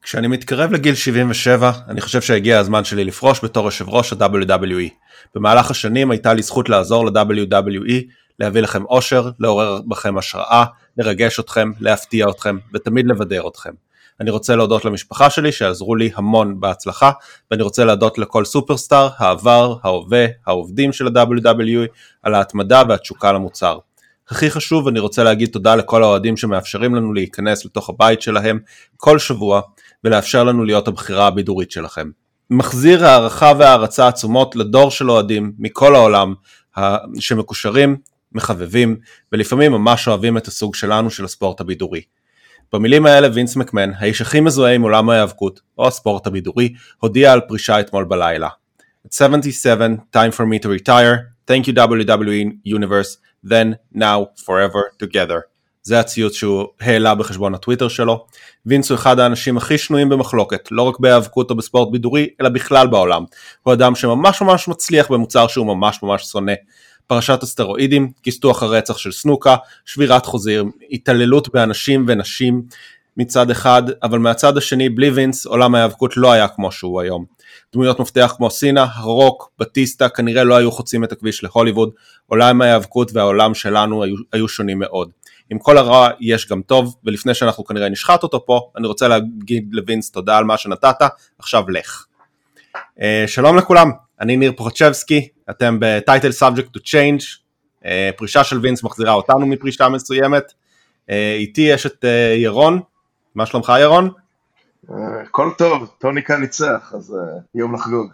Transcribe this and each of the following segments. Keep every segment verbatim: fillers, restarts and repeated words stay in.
כשאני מתקרב לגיל שבעים ושבע, אני חושב שהגיע הזמן שלי לפרוש בתור יושב ראש ה-דאבליו דאבליו אי. במהלך השנים הייתה לי זכות לעזור ל-דאבליו דאבליו אי, להביא לכם אושר, לעורר בכם השראה, לרגש אתכם, להפתיע אתכם, ותמיד לבדר אתכם. אני רוצה להודות למשפחה שלי שעזרו לי המון בהצלחה, ואני רוצה להודות לכל סופרסטאר, העבר, ההווה, העובדים של ה-דאבליו דאבליו אי, על ההתמדה והתשוקה למוצר. הכי חשוב, אני רוצה להגיד תודה לכל האוהדים שמאפשרים לנו להיכנס לתוך הבית שלהם כל שבוע, ולאפשר לנו להיות הבחירה הבידורית שלכם. מחזיר הערכה והערצה עצומות לדור של אוהדים מכל העולם, שמקושרים, מחבבים, ולפעמים ממש אוהבים את הסוג שלנו של הספורט הבידורי. במילים האלה וינס מקמן, האיש הכי מזוהה עם עולם ההיאבקות, או הספורט הבידורי, הודיע על פרישה אתמול בלילה. At seventy-seven, time for me to retire. Thank you דאבליו דאבליו אי Universe. Then, now, forever, together. זה הציוץ שהוא העלה בחשבון הטוויטר שלו. וינס הוא אחד האנשים הכי שנויים במחלוקת, לא רק בהיאבקות או בספורט בידורי, אלא בכלל בעולם. הוא אדם שממש ממש מצליח במוצר שהוא ממש ממש שונא. פרשת הסטרואידים, כיסתוח הרצח של סנוקה, שבירת חוזיר, התעללות באנשים ונשים מצד אחד, אבל מהצד השני, בלי וינס, עולם ההיאבקות לא היה כמו שהוא היום. דמויות מפתח כמו סינה, הרוק, בטיסטה, כנראה לא היו חוצים את הכביש להוליווד, עולם ההיאבקות והעולם שלנו היו, היו שונים מאוד. עם כל הרע יש גם טוב, ולפני שאנחנו כנראה נשחט אותו פה, אני רוצה להגיד לווינס תודה על מה שנתת, עכשיו לך. Uh, שלום לכולם, אני ניר פרוצ'בסקי, אתם ב-Title Subject to Change, uh, פרישה של וינס מחזירה אותנו מפרישה מסוימת, uh, איתי יש את uh, ירון, מה שלומך ירון? כל טוב, טוניקה ניצח, אז יום לחגוג.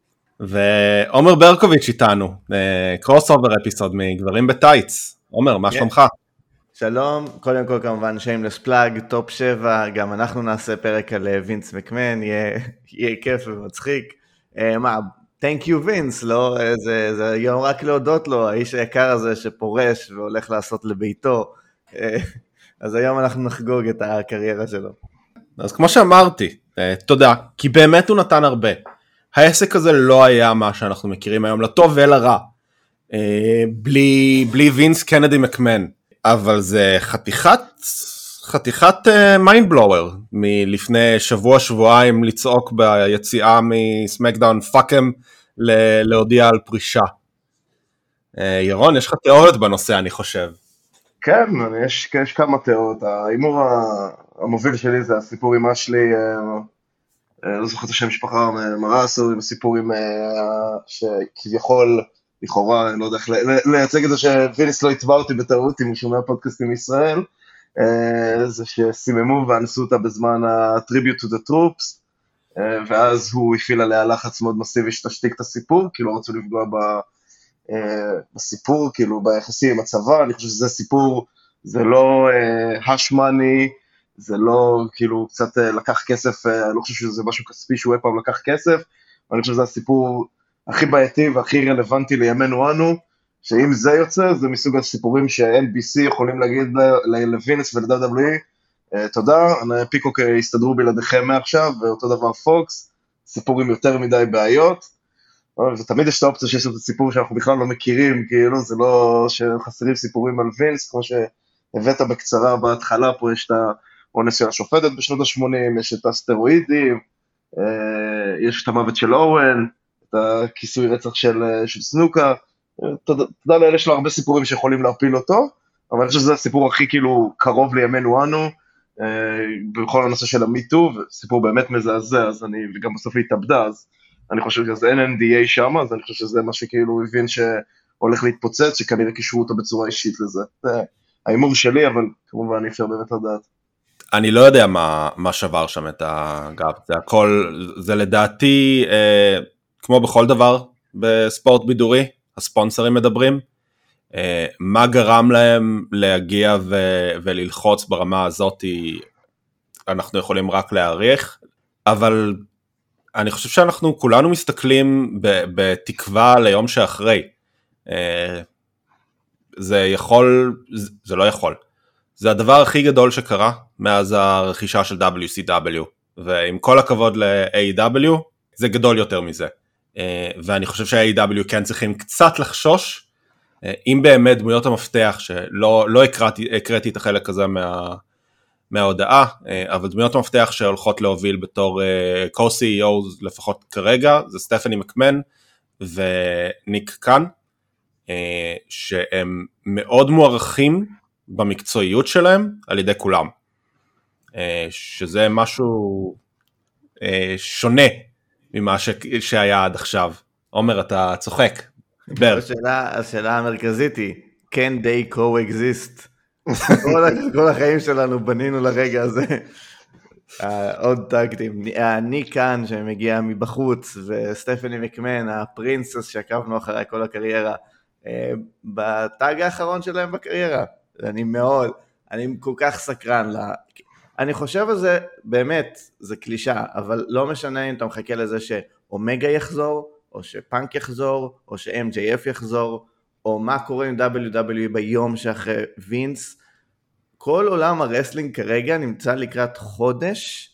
ועומר ברקוביץ' איתנו, קרוס אובר אפיסוד מגברים בטייץ. עומר, מה שלומך? שלום, קודם כל כמובן שיימלס פלאג, טופ שבע, גם אנחנו נעשה פרק על וינס מקמן, יהיה כיף ומצחיק. מה, thank you וינס, לא? זה יום רק להודות לו, האיש היקר הזה שפורש והולך לעשות לביתו, אז היום אנחנו נחגוג את הקריירה שלו. אז כמו שאמרתי, תודה, כי באמת הוא נתן הרבה. העסק הזה לא היה מה שאנחנו מכירים היום, לטוב ולרע, בלי, בלי וינס קנדי מקמן, אבל זה חתיכת, חתיכת מיינד בלואוור, מלפני שבוע שבועיים לצעוק ביציאה מסמקדאון פאקם, להודיע על פרישה. ירון, יש לך תיאוריות בנושא אני חושב. כן, יש, יש כמה תיאוריות, האימור המוביל שלי זה הסיפור עם אשלי, לא זוכר את השם משפחה, מרסו, עם הסיפור עם שכביכול, לכאורה, אני לא יודע איך לייצג את זה שווינס לא יתבע אותי בטעות אם הוא שומע פודקאסטים מישראל, זה שסיממו ואנסו אותה בזמן ה-Tribute to the Troops, ואז הוא הפעיל עליה לחץ מאוד מסיבי שתשתיק את הסיפור, כי לא רצו לפגוע ב... בסיפור, כאילו, ביחסים עם הצבא, אני חושב שזה סיפור, זה לא hash money, זה לא, כאילו, קצת לקח כסף, אני לא חושב שזה משהו כספי שהוא אי פעם לקח כסף, אני חושב שזה הסיפור הכי בעייתי והכי רלוונטי לימינו אנו, שאם זה יוצא, זה מסוג הסיפורים ש-אן בי סי יכולים להגיד לווינס ול-דאבליו דאבליו אי, תודה, פיקוק הסתדרו בלעדיכם מעכשיו, ואותו דבר פוקס, סיפור עם יותר מדי בעיות, ותמיד יש את האופציה שיש את הסיפור שאנחנו בכלל לא מכירים, כאילו זה לא שחסרים סיפורים על וינס, כמו שהבאת בקצרה בהתחלה, פה יש את האונס של השופטת בשנות ה-שמונים, יש את הסטרואידים, יש את המוות של אורן, את הכיסוי רצח של, של סנוקה, תודה, תודה לאלה שלו הרבה סיפורים שיכולים להפיל אותו, אבל אני חושב שזה הסיפור הכי כאילו קרוב לימינו אנו, בכל הנושא של המיטו, וסיפור באמת מזעזע, אז אני, וגם בסוף היא התאבדה, אז אני חושב שזה אין אן די איי שם, אז אני חושב שזה מה שכאילו הוא הבין שהולך להתפוצץ, שכנראה קישרו אותו בצורה אישית לזה. זה האימור שלי, אבל כמובן אי אפשר באמת לדעת. אני לא יודע מה, מה שבר שם את הגב, זה הכל, זה לדעתי, אה, כמו בכל דבר בספורט בידורי, הספונסרים מדברים, אה, מה גרם להם להגיע ו- וללחוץ ברמה הזאת, אנחנו יכולים רק להעריך, אבל אני חושב שאנחנו כולנו מסתכלים בתקווה ליום שאחרי. זה יכול, זה לא יכול. זה הדבר הכי גדול שקרה מאז הרכישה של דאבליו סי דאבליו, ועם כל הכבוד ל-איי איי דאבליו, זה גדול יותר מזה. ואני חושב שה-איי איי דאבליו כן צריכים קצת לחשוש, אם באמת דמויות המפתח, שלא לא הקראתי, הקראתי את החלק הזה מה, מההודעה, אבל דמויות המפתח שהולכות להוביל בתור co-סי אי או לפחות כרגע, זה סטפני מקמן וניק קאן, שהם מאוד מוערכים במקצועיות שלהם על ידי כולם, שזה משהו שונה ממה שהיה עד עכשיו. עומר, אתה צוחק. השאלה, השאלה המרכזית היא, can they co-exist? כל החיים שלנו בנינו לרגע הזה. עוד טאגטים, ניק קאן שמגיע מבחוץ, וסטפני מקמן, הפרינסס שעקבנו אחרי כל הקריירה, בטאג האחרון שלהם בקריירה. אני מאוד, אני כל כך סקרן לה. אני חושב על זה, באמת, זה קלישה, אבל לא משנה אם אתה מחכה לזה שאומגה יחזור, או שפאנק יחזור, או ש-אם ג'יי אף יחזור, או מה קורה עם דאבליו דאבליו אי ביום שאחרי וינס. כל עולם הרסלינג כרגע נמצא לקראת חודש,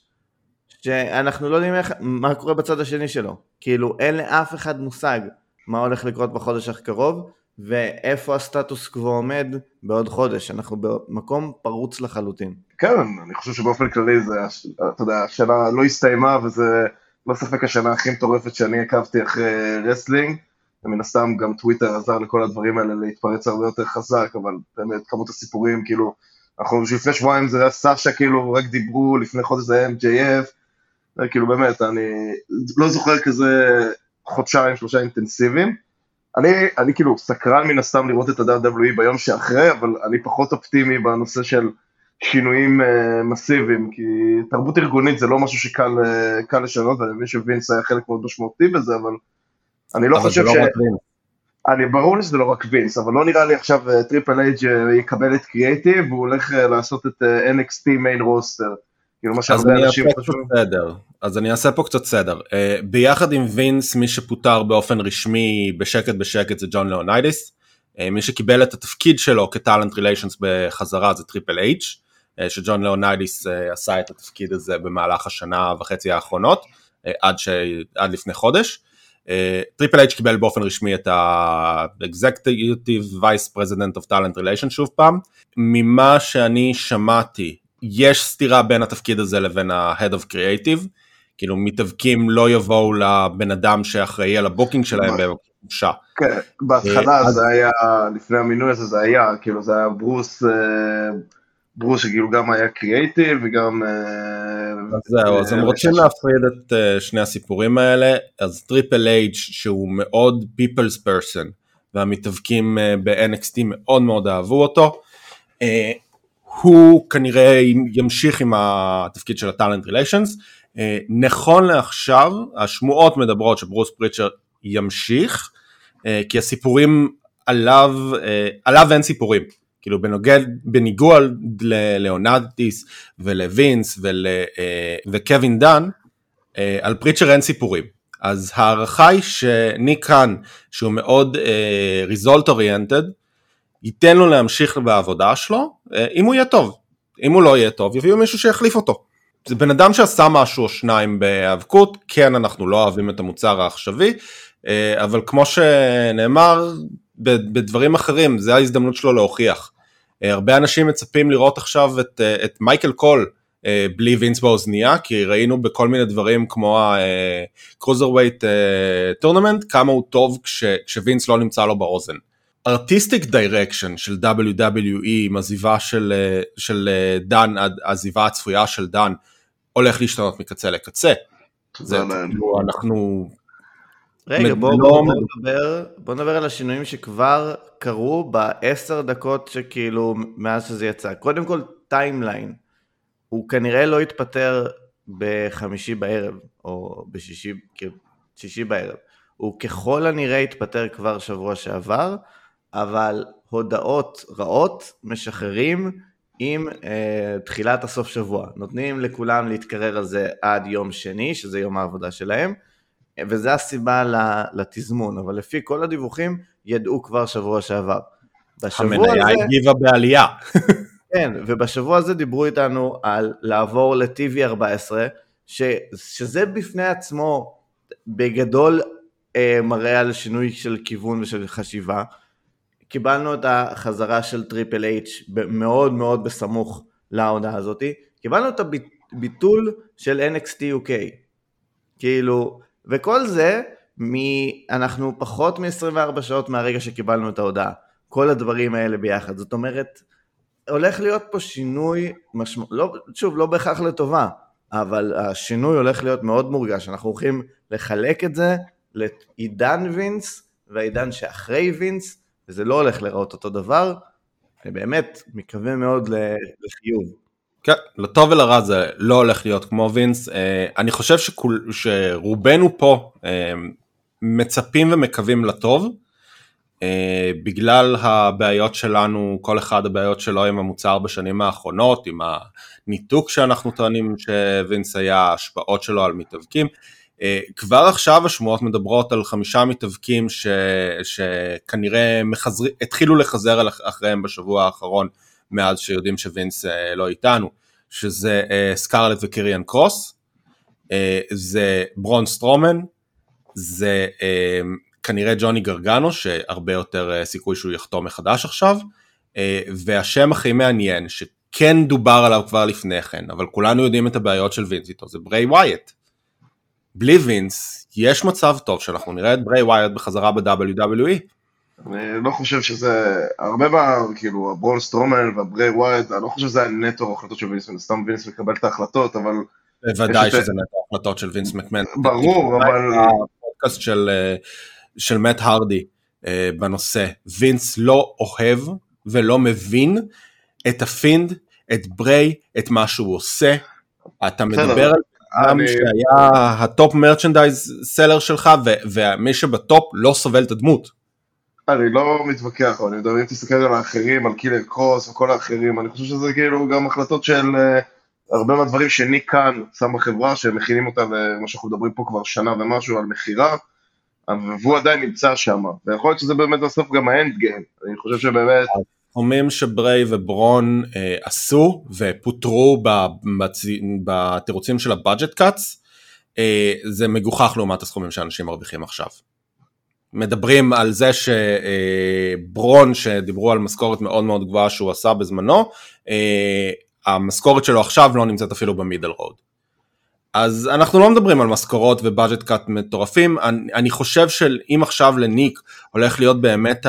שאנחנו לא יודעים איך, מה קורה בצד השני שלו. כאילו, אין לאף אחד מושג מה הולך לקרות בחודש הקרוב, ואיפה הסטטוס קוו עומד בעוד חודש. אנחנו במקום פרוץ לחלוטין. כן, אני חושב שבאופן כללי זה, אתה יודע, השנה לא הסתיימה, וזה לא ספק השנה הכי מטורפת שאני עקבתי אחרי רסלינג, ומן הסתם גם טוויטר עזר לכל הדברים האלה להתפרץ הרבה יותר חזק, אבל באמת כמות הסיפורים, כאילו, אנחנו לפני שבועיים זה היה סאשה, כאילו, רק דיברו, לפני חודש זה היה אם ג'יי אף, כאילו באמת, אני לא זוכר כזה חודשיים, שלושה אינטנסיביים, אני, אני כאילו סקרן מן הסתם לראות את ה-דאבליו דאבליו אי ביום שאחרי, אבל אני פחות אופטימי בנושא של שינויים uh, מסיביים, כי תרבות ארגונית זה לא משהו שקל uh, קל לשנות, ואני מבין שווינס היה חלק מאוד משמעותי בזה, אבל אני לא חושב לא ש... אני ברור לי שזה לא רק וינס, אבל לא נראה לי עכשיו טריפל אייג' יקבל את קריאייטיב, והוא הולך uh, לעשות את uh, אן אקס טי מיין רוסטר, כאילו מה שהרבה אנשים חושבים. אז אני אעשה פה קצת סדר. Uh, ביחד עם וינס, מי שפוטר באופן רשמי בשקט בשקט זה ג'ון לאוניידיס, uh, מי שקיבל את התפקיד שלו כטלנט ריליישנס בחזרה זה טריפל אייג', שג'ון לאוניידיס עשה את התפקיד הזה במהלך השנה וחצי האחרונות, עד, ש... עד לפני חודש. טריפל אייג' קיבל באופן רשמי את ה-Executive Vice President of Talent Relations שוב פעם. ממה שאני שמעתי, יש סתירה בין התפקיד הזה לבין ה-Head of Creative, כאילו מתאבקים לא יבואו לבן אדם שאחראי על הבוקינג שלהם בבקשה. כן, בהתחלה זה היה, לפני המינוי הזה זה היה, כאילו זה היה ברוס... ברוס שגיל גם היה קריאייטיב וגם... אז זהו, אז הם רוצים להפריד את שני הסיפורים האלה, אז טריפל אייג' שהוא מאוד people's person, והמתאבקים ב-אן אקס טי מאוד מאוד אהבו אותו, הוא כנראה ימשיך עם התפקיד של ה-Talent Relations, נכון לעכשיו, השמועות מדברות שברוס פריצ'ר ימשיך, כי הסיפורים עליו, עליו אין סיפורים, כאילו בנוגד, בניגוד ללאונדיס ולווינס ול, וקווין דן, על פריצ'ר אין סיפורים. אז הערכה היא שניק קאן, שהוא מאוד result oriented, ייתן לו להמשיך בעבודה שלו, אם הוא יהיה טוב. אם הוא לא יהיה טוב, יביאו מישהו שיחליף אותו. זה בן אדם שעשה משהו או שניים בהאבקות, כן אנחנו לא אוהבים את המוצר העכשווי, אבל כמו שנאמר, בדברים אחרים, זה ההזדמנות שלו להוכיח. הרבה אנשים מצפים לראות עכשיו את, את מייקל קול בלי וינס באוזנייה, כי ראינו בכל מיני דברים כמו ה-Cruiserweight Tournament, כמה הוא טוב כש, כשווינס לא נמצא לו באוזן. Artistic Direction של דאבליו דאבליו אי, עם עזיבה של, של דן, העזיבה הצפויה של דן, הולך להשתנות מקצה לקצה. זה, אנחנו... רגע, בואו בוא, בוא נדבר, בוא נדבר על השינויים שכבר קרו בעשר דקות שכאילו מאז שזה יצא. קודם כל, טיימליין. הוא כנראה לא יתפטר בחמישי בערב, או בשישי שישי בערב. הוא ככל הנראה יתפטר כבר שבוע שעבר, אבל הודעות רעות משחררים עם אה, תחילת הסוף שבוע. נותנים לכולם להתקרר על זה עד יום שני, שזה יום העבודה שלהם, וזה הסיבה לתזמון, אבל לפי כל הדיווחים ידעו כבר שבוע שעבר. המניה הגיבה בעלייה. כן, ובשבוע הזה דיברו איתנו על לעבור ל-טי וי ארבע עשרה, ש, שזה בפני עצמו בגדול אה, מראה על שינוי של כיוון ושל חשיבה. קיבלנו את החזרה של טריפל אייץ' מאוד מאוד בסמוך להודעה הזאת, קיבלנו את הביטול של אן אקס טי יו קיי, כאילו, וכל זה, מ... אנחנו פחות מ-עשרים וארבע שעות מהרגע שקיבלנו את ההודעה, כל הדברים האלה ביחד, זאת אומרת, הולך להיות פה שינוי משמעות, לא, שוב, לא בהכרח לטובה, אבל השינוי הולך להיות מאוד מורגש, אנחנו הולכים לחלק את זה לעידן וינס, והעידן שאחרי וינס, וזה לא הולך לראות אותו דבר, אני באמת מקווה מאוד לחיוב. כן, לטוב ולרע זה לא הולך להיות כמו וינס, אני חושב שכול, שרובנו פה מצפים ומקווים לטוב, בגלל הבעיות שלנו, כל אחד הבעיות שלו עם המוצר בשנים האחרונות, עם הניתוק שאנחנו טוענים שווינס היה, ההשפעות שלו על מתאבקים, כבר עכשיו השמועות מדברות על חמישה מתאבקים ש, שכנראה מחזר, התחילו לחזר אחריהם בשבוע האחרון, מאז שיודעים שווינס לא איתנו, שזה סקארלט וקיריאן קרוס, זה ברון סטרומן, זה כנראה ג'וני גרגנו, שהרבה יותר סיכוי שהוא יחתום מחדש עכשיו, והשם הכי מעניין, שכן דובר עליו כבר לפני כן, אבל כולנו יודעים את הבעיות של וינס איתו, זה ברי ווייט. בלי וינס, יש מצב טוב שאנחנו נראה את ברי ווייט בחזרה ב-דאבליו דאבליו אי. אני לא חושב שזה, הרבה מה, כאילו, הברון סטרומן והברי ווייט, אני לא חושב שזה היה נטו החלטות של וינס, סתם וינס מקבל את ההחלטות, אבל... בוודאי שזה נטו החלטות של וינס מקמן. ברור, אבל... הפודקאסט של, של מאט הרדי בנושא, וינס לא אוהב ולא מבין את הפינד, את ברי, את מה שהוא עושה, אתה מדבר על... אני... שהיה הטופ מרצ'נדייז סלר שלך, ומי שבטופ לא סובל את הדמות. אני לא מתווכח, אני מדבר, אם תסתכל על האחרים, על קילר קרוס וכל האחרים, אני חושב שזה כאילו גם החלטות של uh, הרבה מהדברים שניק כאן שם בחברה, שמכינים אותה למה שאנחנו מדברים פה כבר שנה ומשהו על מחירה, והוא עדיין נמצא שם, ויכול להיות שזה באמת בסוף גם האנד גיים, אני חושב שבאמת... אומרים שברי וברון אה, עשו ופוטרו בתירוצים של הבאג'ט קאטס, אה, זה מגוחך לעומת הסכומים שאנשים מרוויחים עכשיו. מדברים על זה שברון, אה, שדיברו על משכורת מאוד מאוד גבוהה שהוא עשה בזמנו, אה, המשכורת שלו עכשיו לא נמצאת אפילו במידל רוד. אז אנחנו לא מדברים על משכורות ובאג'ט קאט מטורפים, אני, אני חושב שאם עכשיו לניק הולך להיות באמת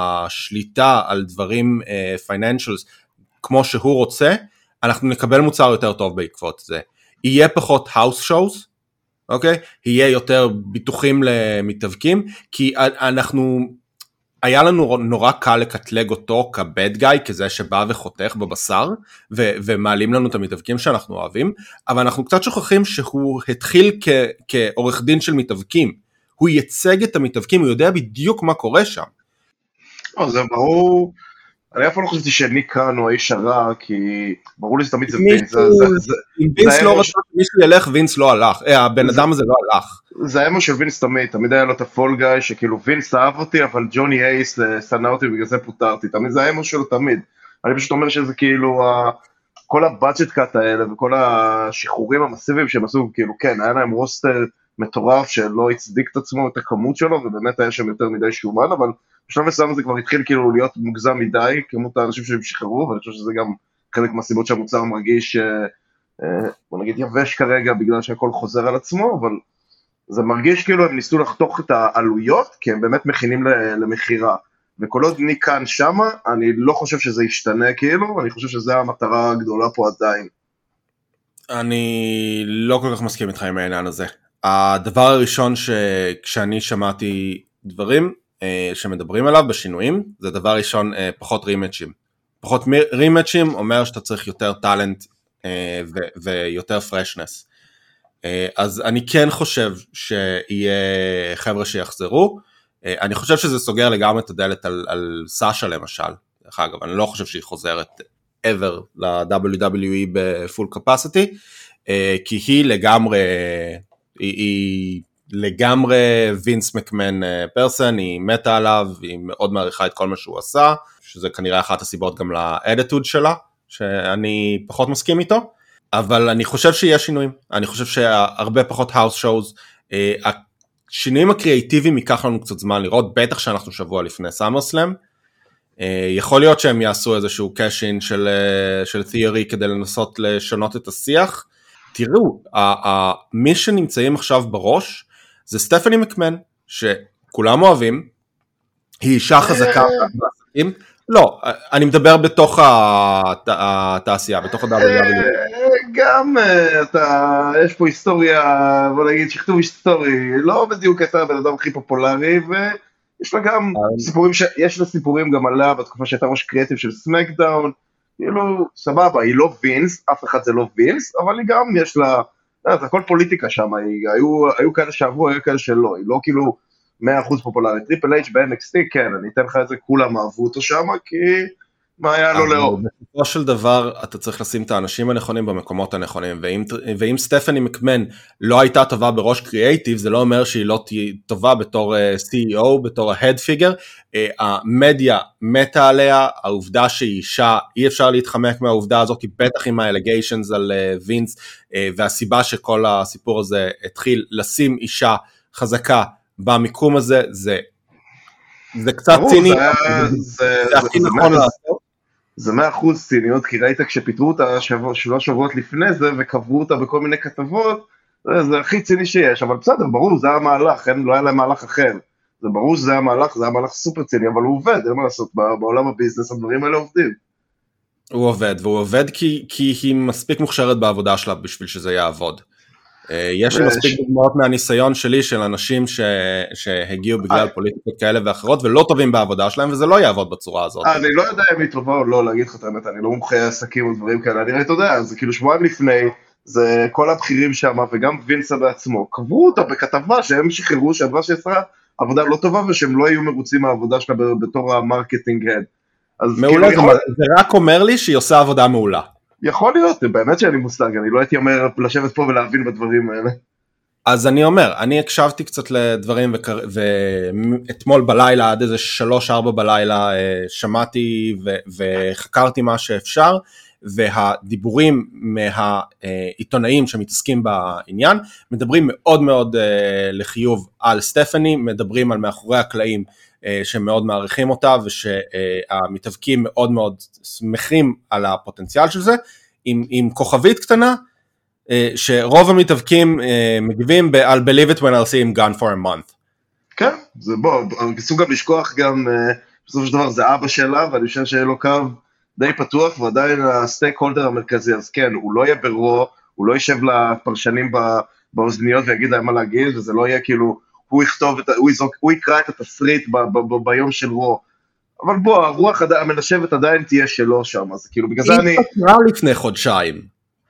השליטה על דברים פייננשלס uh, כמו שהוא רוצה, אנחנו נקבל מוצר יותר טוב בעקבות זה. יהיה פחות האוס שואוס, אוקיי? יהיה יותר ביטוחים למתאבקים, כי אנחנו... היה לנו נורא קל לקטלג אותו כבד גאי, כזה שבא וחותך בבשר, ו- ומעלים לנו את המתאבקים שאנחנו אוהבים, אבל אנחנו קצת שוכחים שהוא התחיל כ- כעורך דין של מתאבקים, הוא ייצג את המתאבקים, הוא יודע בדיוק מה קורה שם. לא, זה ברור, אני אף פעם לא חושבתי שניק כאן הוא האיש הרע, כי ברור לי שתמיד זה וינס. אם וינס לא רצה שמישהו ילך, וינס לא הלך, הבן אדם הזה לא הלך. זה האמו של וינס תמיד, תמיד היה לו את הפול גאי, שכאילו וינס אהב אותי, אבל ג'וני אייס שנא אותי, ובגלל זה פוטרתי, תמיד זה האמו שלו תמיד. אני פשוט אומר שזה כאילו, כל הבאג'ט קאט האלה, וכל השחרורים המסיביים שהם עשו, כאילו כן, היה להם רוסטר מטורף, שלא הצדיק את עצמו, את הכמות שלו, ובאמת היה שם יותר מדי שומן, אבל בשלב מסוים זה כבר התחיל כאילו להיות מוגזם מדי, כמות האנשים שהם שחררו, ואני חושב שזה גם חלק מהסיבות שהמוצר מרגיש, בוא נגיד יבש כרגע, בגלל שהכל חוזר על עצמו, אבל זה מרגיש כאילו הם ניסו לחתוך את העלויות, כי הם באמת מכינים למחירה, וכל עוד ניק כאן שמה, אני לא חושב שזה ישתנה כאילו, אני חושב שזה המטרה הגדולה פה עדיין. אני לא כל כך מסכים איתך עם העניין הזה. הדבר הראשון שכשאני שמעתי דברים, שמדברים עליו בשינויים, זה דבר ראשון פחות רימאצ'ים. פחות רימאצ'ים אומר שאתה צריך יותר טלנט ויותר פרשנס. אז אני כן חושב שיהיה חבר'ה שיחזרו, אני חושב שזה סוגר לגמרי את הדלת על, על סאשה למשל, דרך אגב, אני לא חושב שהיא חוזרת ever ל-דאבליו דאבליו אי בפול קפסיטי, כי היא לגמרי, היא, היא לגמרי וינס מקמן פרסן, היא מתה עליו, היא מאוד מעריכה את כל מה שהוא עשה, שזה כנראה אחת הסיבות גם לאדיטוד שלה, שאני פחות מסכים איתו, אבל אני חושב שיש שינויים, אני חושב שהרבה פחות האוס שואוז, השינויים הקריאטיביים ייקח לנו קצת זמן לראות, בטח שאנחנו שבוע לפני סאמרסלאם, יכול להיות שהם יעשו איזשהו קאשין של, של תיאורי כדי לנסות לשנות את השיח. תראו, מי שנמצאים עכשיו בראש זה סטפני מקמן, שכולם אוהבים, היא אישה חזקה בעסקים, לא, אני מדבר בתוך התעשייה, בתוך ה-דאבליו דאבליו אי. גם יש פה היסטוריה, בוא נגיד שכתוב היסטורי, לא בדיוק הייתה הבן אדם הכי פופולרי, ויש לה גם סיפורים, יש לה סיפורים גם עליה בתקופה שהייתה ראש קריאטיב של סמקדאון, כאילו, סבבה, היא לא וינס, אף אחד זה לא וינס, אבל היא גם יש לה, זה הכל פוליטיקה שם, היו כאלה שעברו, היו כאלה שלא, היא לא כאילו מאה אחוז פופולרית. טריפל אייץ' ב-אן אקס טי, כן, אני אתן לך את זה, כולם אהבו אותו שם, כי מה היה לו לאור? בסופו של דבר, אתה צריך לשים את האנשים הנכונים במקומות הנכונים, ואם, ואם סטפני מקמן לא הייתה טובה בראש קריאייטיב, זה לא אומר שהיא לא תהיה טובה בתור סי אי או, בתור ה-head figure, המדיה מתה עליה, העובדה שהיא אישה, אי אפשר להתחמק מהעובדה הזאת, כי בטח עם ה-allegations על וינס, והסיבה שכל הסיפור הזה התחיל לשים אישה חזקה במיקום הזה, זה, זה קצת ציני, זה הכי נכון לעשות. זה מאה אחוז ציניות, כי ראית כשפיתרו אותה שלוש שבועות לפני זה, וקברו אותה בכל מיני כתבות, זה הכי ציני שיש, אבל בסדר, ברור, זה היה מהלך, לא היה להם מהלך אחר. זה ברור שזה היה מהלך, זה היה מהלך סופר ציני, אבל הוא עובד, אין מה לעשות, בעולם הביזנס הדברים האלה עובדים. הוא עובד, והוא עובד כי, כי היא מספיק מוכשרת בעבודה שלה בשביל שזה יעבוד. יש לי מספיק דוגמאות מהניסיון שלי של אנשים ש... שהגיעו בגלל פוליטיקות כאלה ואחרות ולא טובים בעבודה שלהם, וזה לא יעבוד בצורה הזאת. אני לא יודע אם היא טובה או לא, להגיד לך את האמת, אני לא מומחה עסקים או דברים כאלה, אני ראית יודע, זה כאילו שבועיים לפני, זה כל הבכירים שם וגם וינסה בעצמו, קברו אותה בכתבה שהם שחררו שעברה שעשרה עבודה לא טובה ושהם לא היו מרוצים מהעבודה שלה בתור המרקטינג הד. מעולה, כאילו זה, זה רק אומר לי שהיא עושה עבודה מעולה. יכול להיות, באמת שאני מושג, אני לא הייתי אומר לשבת פה ולהבין בדברים האלה. אז אני אומר, אני הקשבתי קצת לדברים, וקר... ואתמול בלילה, עד איזה שלוש ארבע בלילה, שמעתי ו... וחקרתי מה שאפשר, והדיבורים מהעיתונאים שמתעסקים בעניין, מדברים מאוד מאוד לחיוב על סטפני, מדברים על מאחורי הקלעים, שמאוד מעריכים אותה, ושהמתאבקים מאוד מאוד שמחים על הפוטנציאל של זה, עם, עם כוכבית קטנה, שרוב המתאבקים מגיבים ב-I'll believe it when I'll see him gone for a month. כן, זה בוא, ניסו גם לשכוח גם, בסופו של דבר זה אבא שלה, ואני חושב שיהיה לו קו די פתוח, ועדיין הסטייק הולדר המרכזי, אז כן, הוא לא יהיה ברו, הוא לא יישב לפרשנים באוזניות ויגיד להם מה להגיד, וזה לא יהיה כאילו, הוא יכתוב, את, הוא, יזוק, הוא יקרא את התסריט ב, ב, ב, ביום של רו, אבל בוא, הרוח המנשבת עדיין תהיה שלו שם, אז כאילו בגלל זה אני... היא התפטרה לפני חודשיים,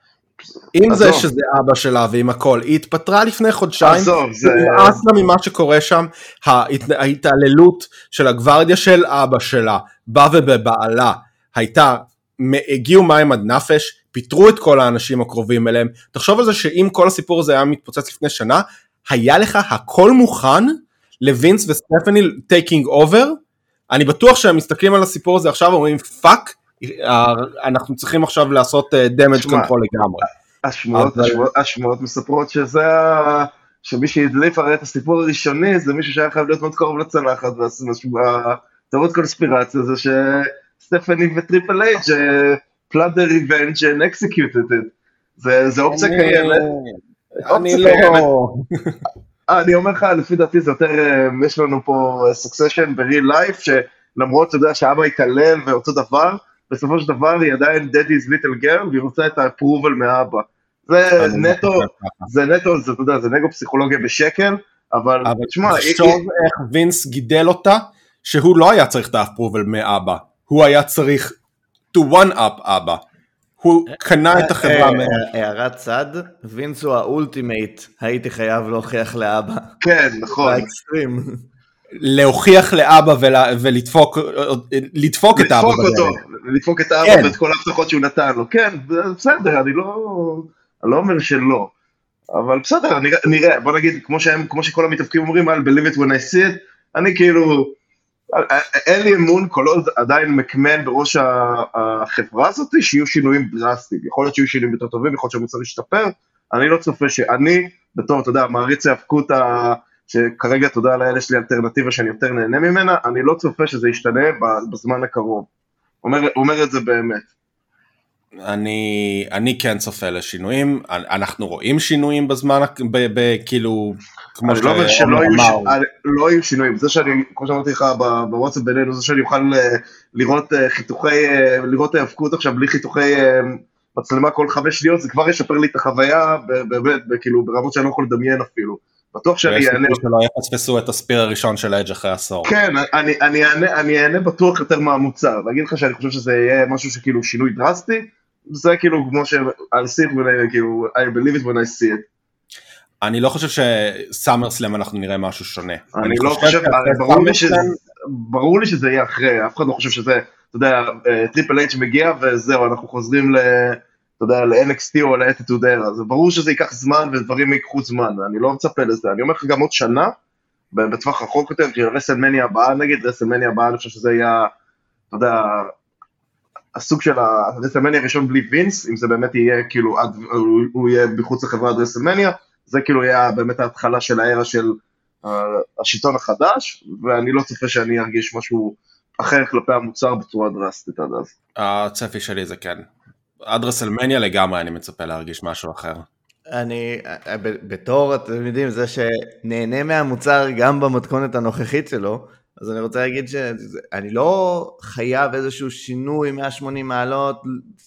עם זה שזה אבא שלה ועם הכל, היא התפטרה לפני חודשיים, עזוב, זה... נמאס לה ממה שקורה שם, ההתעללות של הגוורדיה של אבא שלה, בא ובבעלה, הייתה, הגיעו מים עד נפש, פיטרו את כל האנשים הקרובים אליהם, תחשוב על זה שאם כל הסיפור הזה היה מתפוצץ לפני שנה, היה לך הכל מוכן לווינס וסטפני טייקינג אובר, אני בטוח שהם מסתכלים על הסיפור הזה עכשיו ואומרים פאק, אנחנו צריכים עכשיו לעשות דמג' קונטרול לגמרי. השמועות, השמועות, השמועות מספרות שזה, שמי שהדליף הרי את הסיפור הראשוני, זה מישהו שהיה חייב להיות מאוד קרוב לצלחת, והתיאוריות קונספירציה זה שסטפני וטריפל אייץ' plan the revenge and executed it. זה אופציה קיימת. אני לא... אני אומר לך, לפי דעתי זה יותר, יש לנו פה succession ב-real life, שלמרות, אתה יודע, שאבא יתעלל ואותו דבר, בסופו של דבר היא עדיין daddy's little girl, והיא רוצה את ה-approval מאבא. זה נטו, זה נטו, זה, אתה יודע, זה נגו פסיכולוגיה בשקל, אבל, תשמע... תחשוב איך וינס גידל אותה, שהוא לא היה צריך את ה-approval מאבא, הוא היה צריך to one up אבא. הוא קנה את החברה מה... הערת צד, וינס הוא האולטימייט, הייתי חייב להוכיח לאבא. כן, נכון. באקסטרים. להוכיח לאבא ולדפוק לדפוק את אבא. לדפוק אותו, לדפוק את אבא ואת כל ההבטחות שהוא נתן לו. כן, בסדר, אני לא אומר שלא. אבל בסדר, נראה, בוא נגיד, כמו שכל המתאבקים אומרים, I'll believe it when I see it, אני כאילו... אין לי אמון כל עוד עדיין מקמן בראש החברה הזאת שיהיו שינויים דרסטיים, יכול להיות שיהיו שינויים יותר טובים, יכול להיות שהמוצר ישתפר, אני לא צופה שאני בתור, אתה יודע, מעריץ ההפקות שכרגע, אתה יודע, לאלה יש לי אלטרנטיבה שאני יותר נהנה ממנה, אני לא צופה שזה ישתנה בזמן הקרוב. אומר, אומר את זה באמת. אני, אני כן צופה לשינויים, אנחנו רואים שינויים בזמן, ב, ב, כאילו, כמו אני לא אומר שלא יהיו, ש... לא יהיו שינויים, זה שאני, כמו שאמרתי לך בוואטסאפ בינינו, זה שאני אוכל לראות חיתוכי, לראות ההפקות עכשיו בלי חיתוכי מצלמה כל חמש שניות, זה כבר ישפר לי את החוויה, באמת, כאילו, ברמות שאני לא יכול לדמיין אפילו. בטוח שאני אענה... שלא יפספסו את הספיר הראשון של אדג' אחרי עשור. כן, אני, אני אענה, אני אענה בטוח יותר מהמוצר, להגיד לך שאני חושב שזה יהיה משהו שכאילו שינוי דרסטי, זה כאילו כמו ש... I see it when I, כאילו, I believe it when I see it. אני לא חושב שסאמר סלאם אנחנו נראה משהו שונה. אני לא חושב, ברור לי שזה, ברור לי שזה יהיה אחרי, אף אחד לא חושב שזה, אתה יודע, טריפל אייץ' מגיע וזהו, אנחנו חוזרים ל... אתה יודע, ל-אן אקס טי או ל-Attitude Era, זה ברור שזה ייקח זמן ודברים ייקחו זמן, אני לא מצפה לזה, אני אומר לך גם עוד שנה, בטווח רחוק יותר, כי רסלמניה הבאה נגיד, רסלמניה הבאה, אני חושב שזה יהיה, אתה יודע, הסוג של הרסלמניה הראשון בלי וינס, אם זה באמת יהיה כאילו, הוא יהיה בחוץ לחברת רסלמניה, זה כאילו יהיה באמת ההתחלה של הארה של השלטון החדש, ואני לא צופה שאני ארגיש משהו אחר כלפי המוצר בצורה דרסטית עד אז. הצפי שלי זה כן. עד רסלמניה לגמרי אני מצפה להרגיש משהו אחר. אני, בתור, אתם יודעים, זה שנהנה מהמוצר גם במתכונת הנוכחית שלו, אז אני רוצה להגיד שאני לא חייב איזשהו שינוי מאה ושמונים מעלות,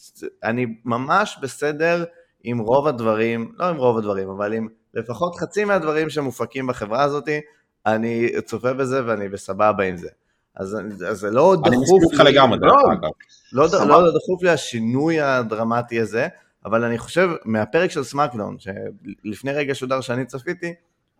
אני ממש בסדר עם רוב הדברים, לא עם רוב הדברים, אבל עם לפחות חצי מהדברים שמופקים בחברה הזאת, אני צופה בזה ואני בסבבה עם זה. אז, אז זה לא דחוף, אני מסכים לך לגמרי, לא, לא, לא, לא דחוף לי השינוי הדרמטי הזה, אבל אני חושב מהפרק של סמאקדאון, שלפני רגע שודר שאני צפיתי,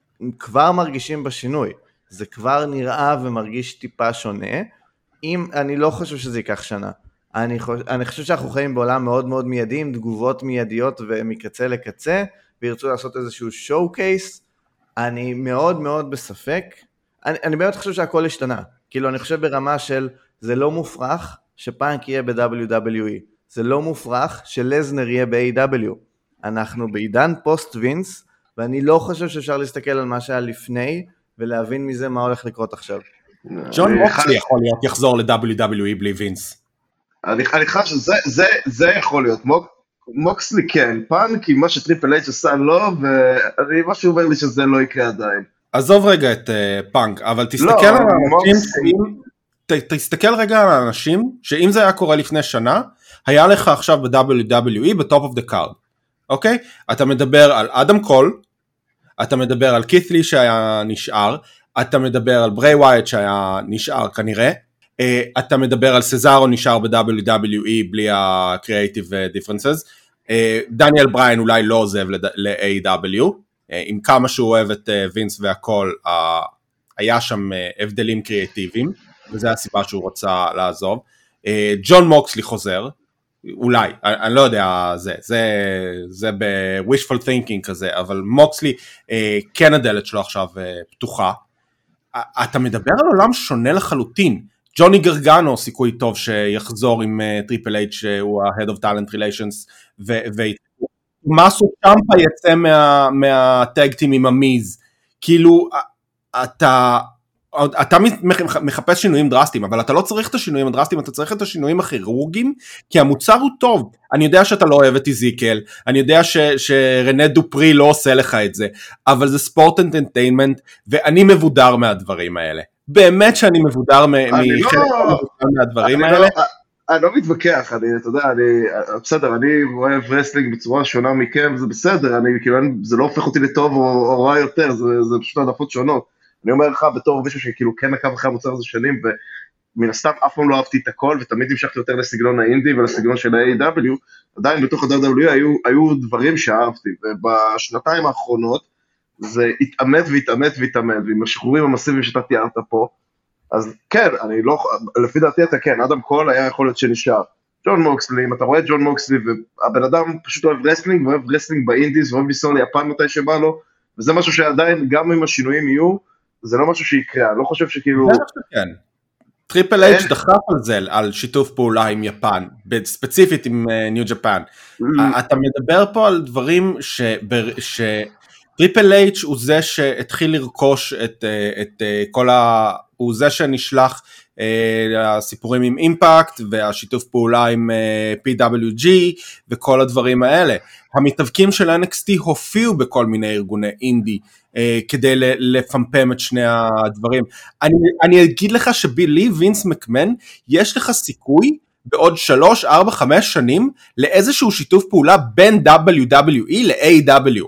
כבר מרגישים בשינוי, זה כבר נראה ומרגיש טיפה שונה, אם אני לא חושב שזה ייקח שנה, אני חושב, אני חושב שאנחנו חיים בעולם מאוד מאוד מיידי, עם תגובות מיידיות ומקצה לקצה, וירצו לעשות איזשהו שואו קייס, אני מאוד מאוד בספק, אני, אני באמת חושב שהכל השתנה, כאילו אני חושב ברמה של, זה לא מופרך שפאנק יהיה ב-דאבליו דאבליו אי, זה לא מופרך שלזנר יהיה ב-איי דאבליו, אנחנו בעידן פוסט וינס, ואני לא חושב שאפשר להסתכל על מה שהיה לפני, ולהבין מזה מה הולך לקרות עכשיו. ג'ון מוקסלי יכול להיות יחזור ל-דאבליו דאבליו אי בלי וינס. אני חושב שזה יכול להיות, מוקסלי כן, פאנק עם מה שטריפל אייץ' עשה לא, ואני מה שאומר לי שזה לא יקרה עדיין. עזוב רגע את פאנק, אבל תסתכל על האנשים, תסתכל רגע על האנשים, שאם זה היה קורה לפני שנה, היה לך עכשיו ב-דאבליו דאבליו אי בטופ אוף דה קארד, אוקיי? אתה מדבר על אדם קול, אתה מדבר על קית' לי שהיה נשאר, אתה מדבר על ברי ווייט שהיה נשאר כנראה, אתה מדבר על סזארו נשאר ב-דאבליו דאבליו אי בלי ה-Creative Differences, דניאל בריין אולי לא עוזב ל-איי דאבליו, עם כמה שהוא אוהב את וינס והכל, היה שם הבדלים קריאטיביים, וזו הסיבה שהוא רוצה לעזוב. ג'ון מוקסלי חוזר, אולי, אני לא יודע, זה, זה, זה ב-wishful thinking כזה, אבל מוקסלי, כן הדלת שלו עכשיו פתוחה. אתה מדבר על עולם שונה לחלוטין, ג'וני גרגנו סיכוי טוב שיחזור עם טריפל אייץ' שהוא ה-Head of Talent Relations, ומסו צ'מפה יצא מהטאג טים עם המיז, כאילו אתה... אתה מחפש שינויים דרסטיים, אבל אתה לא צריך את השינויים הדרסטיים, אתה צריך את השינויים הכירורגיים, כי המוצר הוא טוב. אני יודע שאתה לא אוהב את איזיקל, אני יודע ש, שרנה דופרי לא עושה לך את זה, אבל זה ספורט אנטרטיינמנט, ואני מבודר מהדברים האלה. באמת שאני מבודר מחלק מהדברים האלה. אני לא מתווכח, אני, אתה יודע, אני, בסדר, אני אוהב רסלינג בצורה שונה מכם, זה בסדר, אני, כאילו, זה לא הופך אותי לטוב או, או רע יותר, זה, זה פשוט העדפות שונות. אני אומר לך בתור מישהו שכאילו כן עקב אחרי המוצר הזה שנים, ומן הסתם אף פעם לא אהבתי את הכל, ותמיד המשכתי יותר לסגנון האינדי ולסגנון של ה-איי דאבליו, עדיין בתוך ה-דאבליו דאבליו אי היו, היו דברים שאהבתי, ובשנתיים האחרונות זה התאמת והתאמת והתאמת, ועם השחרורים המסיביים שאתה תיארת פה, אז כן, אני לא, לפי דעתי אתה כן, אדם קול היה יכול להיות שנשאר. ג'ון מוקסלי, אם אתה רואה ג'ון מוקסלי, והבן אדם פשוט אוהב רסלינג, ואוהב רסלינג באינדיז, ואוהב לנסוע ליפן מתי שבא לו, וזה משהו שעדיין, גם אם השינויים יהיו, זה לא משהו שיקרה, אני לא חושב שכאילו... טריפל אייץ' דחף על זה, על שיתוף פעולה עם יפן, ספציפית עם ניו ג'פן. אתה מדבר פה על דברים טריפל אייץ' הוא זה שהתחיל לרכוש את, את כל ה... הוא זה שנשלח הסיפורים עם אימפקט והשיתוף פעולה עם פי דאבליו ג'י וכל הדברים האלה. המתאבקים של אן אקס טי הופיעו בכל מיני ארגוני אינדי כדי לפמפם את שני הדברים. אני, אני אגיד לך שבילי וינס מקמן, יש לך סיכוי בעוד שלוש, ארבע, חמש שנים לאיזשהו שיתוף פעולה בין דאבליו דאבליו אי ל-איי דאבליו.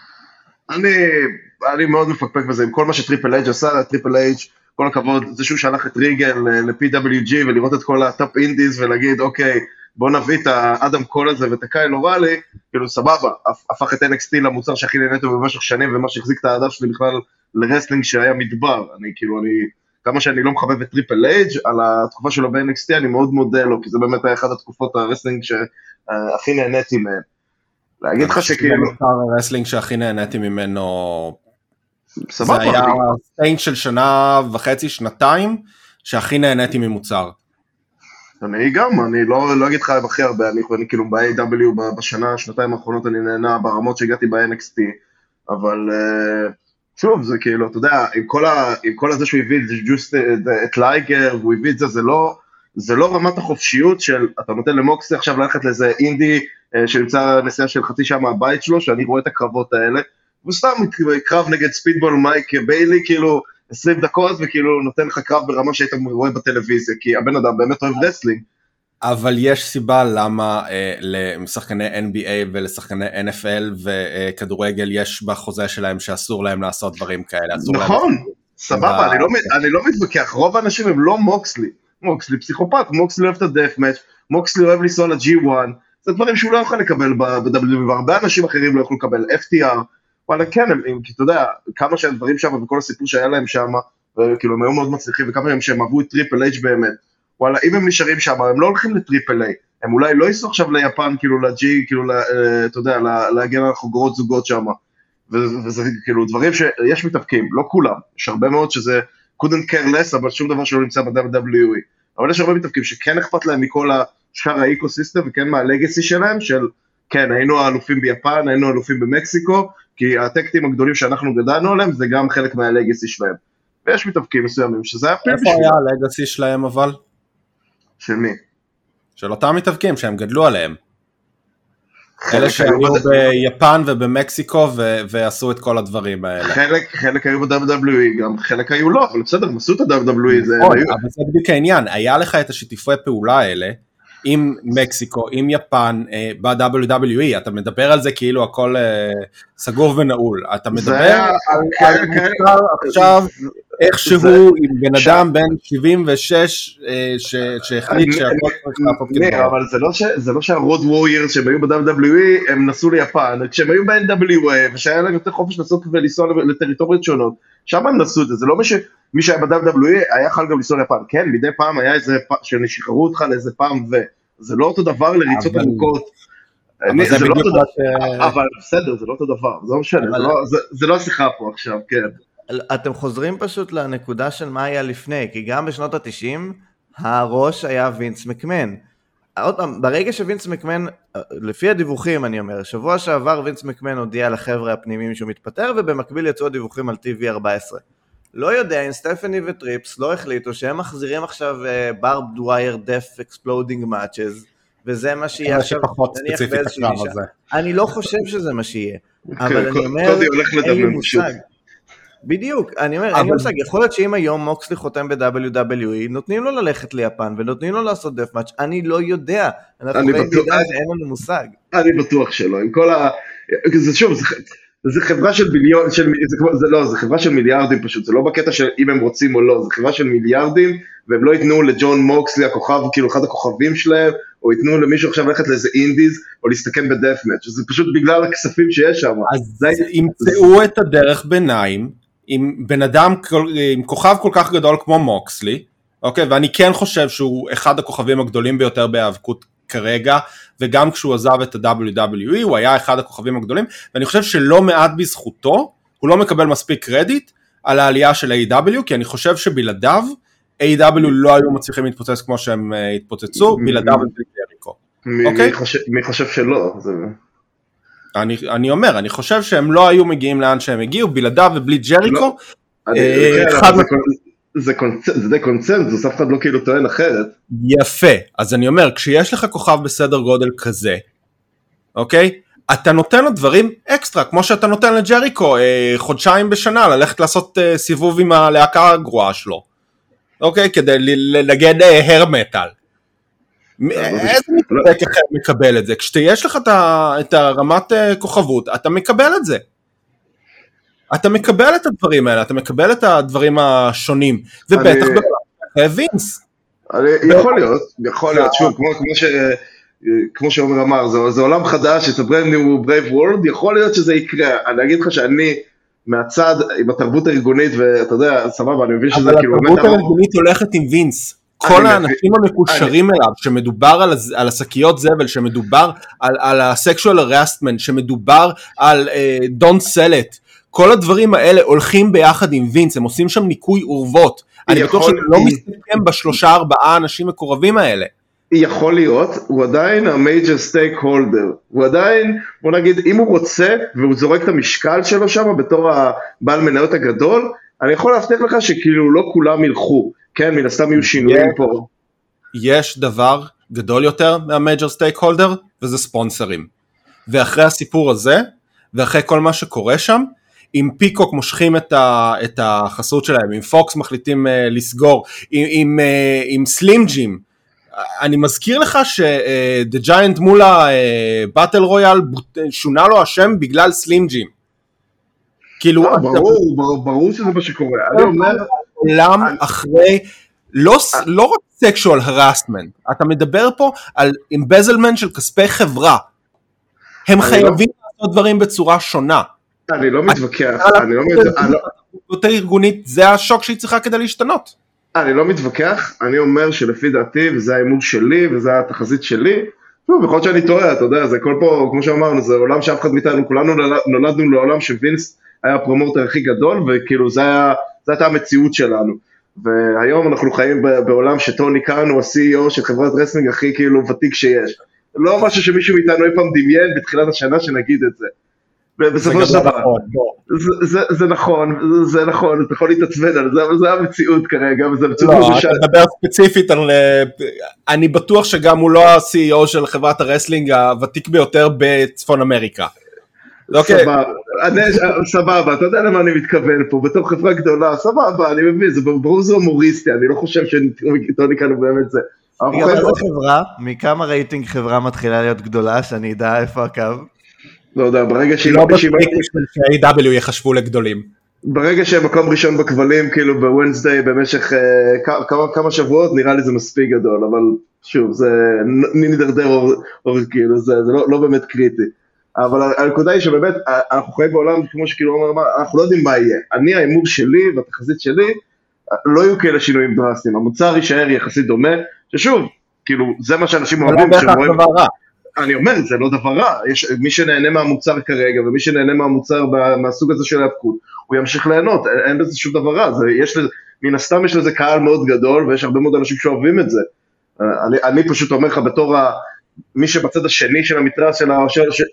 אני, אני מאוד מפקפק בזה, עם כל מה שטריפל אייץ' עשה, טריפל אייץ', כל הכבוד, זה שהוא שלח את ריגל ל-פי דאבליו ג'י ולראות את כל הטופ אינדיז ולהגיד, אוקיי, בוא נביא את האדם קול הזה ואת הקייל אוראלי, כאילו סבבה, הפך את אן אקס טי למוצר שהכי נהניתו במשך שנים, ומה שהחזיק את האדם שלי בכלל לרסלינג שהיה מדבר, אני כאילו, אני, כמה שאני לא מחבב את טריפל אייץ' על התקופה שלו ב-אן אקס טי, אני מאוד מודה לו, כי זה באמת היה אחת התקופות הרסלינג שהכי נהניתי מהם. להגיד לך שכאילו... הרסלינג שהכי נהניתי ממנו, סבבה. זה היה סטיינג של שנה וחצי, שנתיים, שהכי נהניתי ממוצר. אני גם, אני לא, לא אגיד לך הכי הרבה, אני, אני כאילו ב-איי דאבליו בשנה, שנתיים האחרונות אני נהנה ברמות שהגעתי ב-אן אקס טי, אבל שוב, זה כאילו, אתה יודע, עם כל, ה, עם כל הזה שהוא הביא את, just, את לייגר, והוא הביא את זה, זה לא, זה לא רמת החופשיות של, אתה נותן למוקסי עכשיו ללכת לאיזה אינדי, שנמצא נסיעה של חצי שעה מהבית שלו, שאני רואה את הקרבות האלה, והוא סתם קרב נגד ספידבול מייק ביילי, כאילו עשרים דקות, וכאילו נותן לך קרב ברמה שהיית רואה בטלוויזיה, כי הבן אדם באמת אוהב רסלינג. אבל יש סיבה למה אה, לשחקני אן בי איי ולשחקני אן אף אל וכדורגל יש בחוזה שלהם שאסור להם לעשות דברים כאלה. נכון, סבבה, אני לא, אני לא מתווכח, רוב האנשים הם לא מוקסלי, מוקסלי פסיכופת, מוקסלי אוהב את הדף מאץ', מוקסלי אוהב לנסוע לג'י וואן, זה דברים שהוא לא יכול לקבל ב-דאבליו, והרבה אנשים אחרים לא יכולו לקבל אף טי אר, וואלה כן, כי אתה יודע, כמה שהדברים שם וכל הסיפור שהיה להם שם, וכאילו הם היו מאוד מצליחים, וכמה שהם עברו את טריפל אייץ' באמת, וואלה, אם הם נשארים שם, הם לא הולכים לטריפל איי, הם אולי לא ייסעו עכשיו ליפן, כאילו לג'י, כאילו, אתה יודע, להגן על חוגרות זוגות שם, וזה כאילו דברים שיש מתאבקים, לא כולם, יש הרבה מאוד שזה couldn't care less, אבל שום דבר שלא נמצא ב-דאבליו דאבליו אי, אבל יש הרבה מתאבקים שכן אכפת להם מכל השאר האקוסיסטם, וכן מהלגסי שלהם, של כן, היינו האלופים ביפן, היינו האלופים במקסיקו, כי הטקטים הגדולים שאנחנו גדלנו עליהם, זה גם חלק מהלגסי שלהם. ויש מתאבקים מסוימים, שזה היה פיל בשביל. איפה היה הלגסי שלהם אבל? של מי? של אותם מתאבקים שהם גדלו עליהם. אלה שהיו ביפן ובמקסיקו ועשו את כל הדברים האלה. חלק, חלק היו ב-דאבליו דאבליו אי, גם חלק היו לא, אבל בסדר, הם עשו את ה-דאבליו דאבליו אי. אבל זה בדיוק העניין, היה לך את השיתופי פעולה האלה, עם מקסיקו, עם יפן, ב-דאבליו דאבליו אי, אתה מדבר על זה כאילו הכל סגור ונעול, אתה מדבר על מוצר עכשיו, איכשהו עם בן אדם בין שבעים ושש, שהחליט שהכל צריך להפות כדבר. אבל זה לא שהרוד ווריורס שהם היו ב-דאבליו דאבליו אי, הם נסעו ליפן, כשהם היו ב-אן דאבליו איי, ושהיה להם יותר חופש לעשות ולנסוע לטריטוריות שונות, שם הם נסעו את זה, זה לא מי שהיה ב-דאבליו דאבליו אי, היה יכול גם לנסוע ליפן, כן, מדי פעם היה איזה, שנשחררו אותך לאיזה פעם ו... זה לא אותו דבר לריצות עמוקות, אבל בסדר, זה לא אותו דבר, זה לא משנה, זה לא השיחה פה עכשיו, כן. אתם חוזרים פשוט לנקודה של מה היה לפני, כי גם בשנות ה-תשעים, הראש היה וינס מקמן. עוד פעם, ברגע שווינס מקמן, לפי הדיווחים אני אומר, שבוע שעבר וינס מקמן הודיע לחבר'ה הפנימיים שהוא מתפטר, ובמקביל יצאו הדיווחים על טי וי ארבע עשרה. לא יודע אם סטפני וטריפס לא החליטו שהם מחזירים עכשיו ברב דווייר דף אקספלודינג מאצ'ז, וזה מה שיהיה עכשיו, נניח באיזושהי נישה. אני לא חושב שזה מה שיהיה, אבל אני אומר, אין לי מושג. בדיוק, אני אומר, אין לי מושג, יכול להיות שאם היום מוקסלי חותם ב-דאבליו דאבליו אי, נותנים לו ללכת ליפן, ונותנים לו לעשות דף מאץ', אני לא יודע, אנחנו רואים בידע שאין לנו מושג. אני בטוח שלא, עם כל ה... זה שוב, זה חברה של מיליון, של, זה, זה לא, זה חברה של מיליארדים פשוט, זה לא בקטע של אם הם רוצים או לא, זה חברה של מיליארדים, והם לא ייתנו לג'ון מוקסלי, הכוכב, כאילו אחד הכוכבים שלהם, או ייתנו למישהו עכשיו ללכת לאיזה אינדיז, או להסתכן בדף-מאץ', זה פשוט בגלל הכספים שיש שם. אז זה... ימצאו את הדרך ביניים, עם בן אדם, עם כוכב כל כך גדול כמו מוקסלי, אוקיי, ואני כן חושב שהוא אחד הכוכבים הגדולים ביותר בהיאבקות כרגע, וגם כשהוא עזב את ה-דאבליו דאבליו אי, הוא היה אחד הכוכבים הגדולים, ואני חושב שלא מעט בזכותו, הוא לא מקבל מספיק קרדיט על העלייה של איי דאבליו, כי אני חושב שבלעדיו, איי דאבליו לא היו מצליחים להתפוצץ כמו שהם התפוצצו, בלעדיו ובלעדי יריקו. מי חושב שלא? אני, אני אומר, אני חושב שהם לא היו מגיעים לאן שהם הגיעו, בלעדיו ובלי ג'ריקו. זה די קונצנזוס, אף אחד לא כאילו טוען אחרת. יפה, אז אני אומר, כשיש לך כוכב בסדר גודל כזה, אוקיי? אתה נותן לו דברים אקסטרה, כמו שאתה נותן לג'ריקו, חודשיים בשנה, ללכת לעשות סיבוב עם הלהקה הגרועה שלו, אוקיי? כדי לנגד הר מטל. איזה מתבק אחר מקבל את זה? כשיש לך את הרמת כוכבות, אתה מקבל את זה. אתה מקבל את הדברים האלה, אתה מקבל את הדברים השונים, ובטח בווינס. יכול להיות, יכול להיות, שוב, כמו שעומר אמר, זה עולם חדש, it's a brand new brave world, יכול להיות שזה יקרה. אני אגיד לך שאני מהצד, עם התרבות הארגונית, ואתה יודע, סבבה, אני מבין שזה כאילו... אבל התרבות הארגונית הולכת עם וינס. כל האנשים המקושרים אליו, שמדובר על השקיות זבל, שמדובר על ה-sexual harassment, שמדובר על don't sell it, כל הדברים האלה הולכים ביחד עם וינס, הם עושים שם ניקוי אורוות, אני בטוח שזה לא מסתכם בשלושה ארבעה אנשים מקורבים האלה. יכול להיות, הוא עדיין המייג'ר סטייק הולדר, הוא עדיין, בוא נגיד, אם הוא רוצה, והוא זורק את המשקל שלו שם, בתור הבעל מניות הגדול, אני יכול להבטיח לך שכאילו לא כולם ילכו, כן, מן הסתם יהיו שינויים פה. יש דבר גדול יותר מהמייג'ר סטייק הולדר, וזה ספונסרים. ואחרי הסיפור הזה, ואחרי כל מה שקורה שם, אם פיקוק מושכים את, ה, את החסות שלהם, אם פוקס מחליטים uh, לסגור, עם, עם, uh, עם סלים ג'ים, אני מזכיר לך ש-The Giant מול הבטל רויאל שונה לו השם בגלל סלים ג'ים. כאילו... ברור, ברור, ברור שזה מה שקורה. אני אומר... עולם אחרי, לא, לא רק sexual harassment, אתה מדבר פה על embezzlement של כספי חברה. הם חייבים לעשות דברים בצורה שונה. אני לא מתווכח, אני לא מתווכח. אותה ארגונית, זה השוק שהיא צריכה כדי להשתנות. אני לא מתווכח, אני אומר שלפי דעתי, וזה האימור שלי, וזה התחזית שלי, בכל זאת שאני טועה, אתה יודע, זה כל פה, כמו שאמרנו, זה עולם שאף אחד מאיתנו, כולנו נולדנו לעולם שווינס היה הפרומוטר הכי גדול, וכאילו זה היה, זה הייתה המציאות שלנו. והיום אנחנו חיים בעולם שטוני קאן הוא ה-סי אי או של חברת רסלינג הכי כאילו ותיק שיש. לא משהו שמישהו מאיתנו אי פעם דמיין בתחילת השנה שנגיד את זה. ובסופו של דבר, זה נכון, זה נכון, אתה יכול להתעצבן על זה, אבל זה המציאות כרגע, וזה מציאות משהו ש... לא, אתה מדבר ספציפית על... אני בטוח שגם הוא לא ה-סי אי או של חברת הרסלינג הוותיק ביותר בצפון אמריקה. סבבה, סבבה, אתה יודע למה אני מתכוון פה, בתור חברה גדולה, סבבה, אני מבין, זה ברור זה הומוריסטי, אני לא חושב שטוני כאן הוא באמת זה. אבל איזה חברה, מכמה רייטינג חברה מתחילה להיות גדולה, שאני אדע איפה הקו? לא יודע, ברגע שהיא... לא מספיק ש-איי דאבליו יחשבו לגדולים. ברגע שהם מקום ראשון בכבלים, כאילו בוונסדיי, במשך כמה שבועות, נראה לי זה מספיק גדול, אבל שוב, זה נדרדר אור, כאילו, זה לא באמת קריטי. אבל הנקודה היא שבאמת, אנחנו חיים בעולם, כמו שכאילו אומר, אנחנו לא יודעים מה יהיה. אני, האימור שלי והתחזית שלי, לא יהיו כאלה שינויים דרסטיים. המוצר יישאר יחסית דומה, ששוב, כאילו, זה מה שאנשים אוהבים. זה לא בהכרח דבר רע. אני אומר, זה לא דבר רע. יש, מי שנהנה מהמוצר כרגע, ומי שנהנה מהמוצר מהסוג הזה של ההפקות, הוא ימשיך ליהנות. אין בזה שום דבר רע. זה, יש לזה, מן הסתם יש לזה קהל מאוד גדול, ויש הרבה מאוד אנשים שאוהבים את זה. אני, אני פשוט אומר לך בתור ה, מי שבצד השני של המתרס של השאר, ש...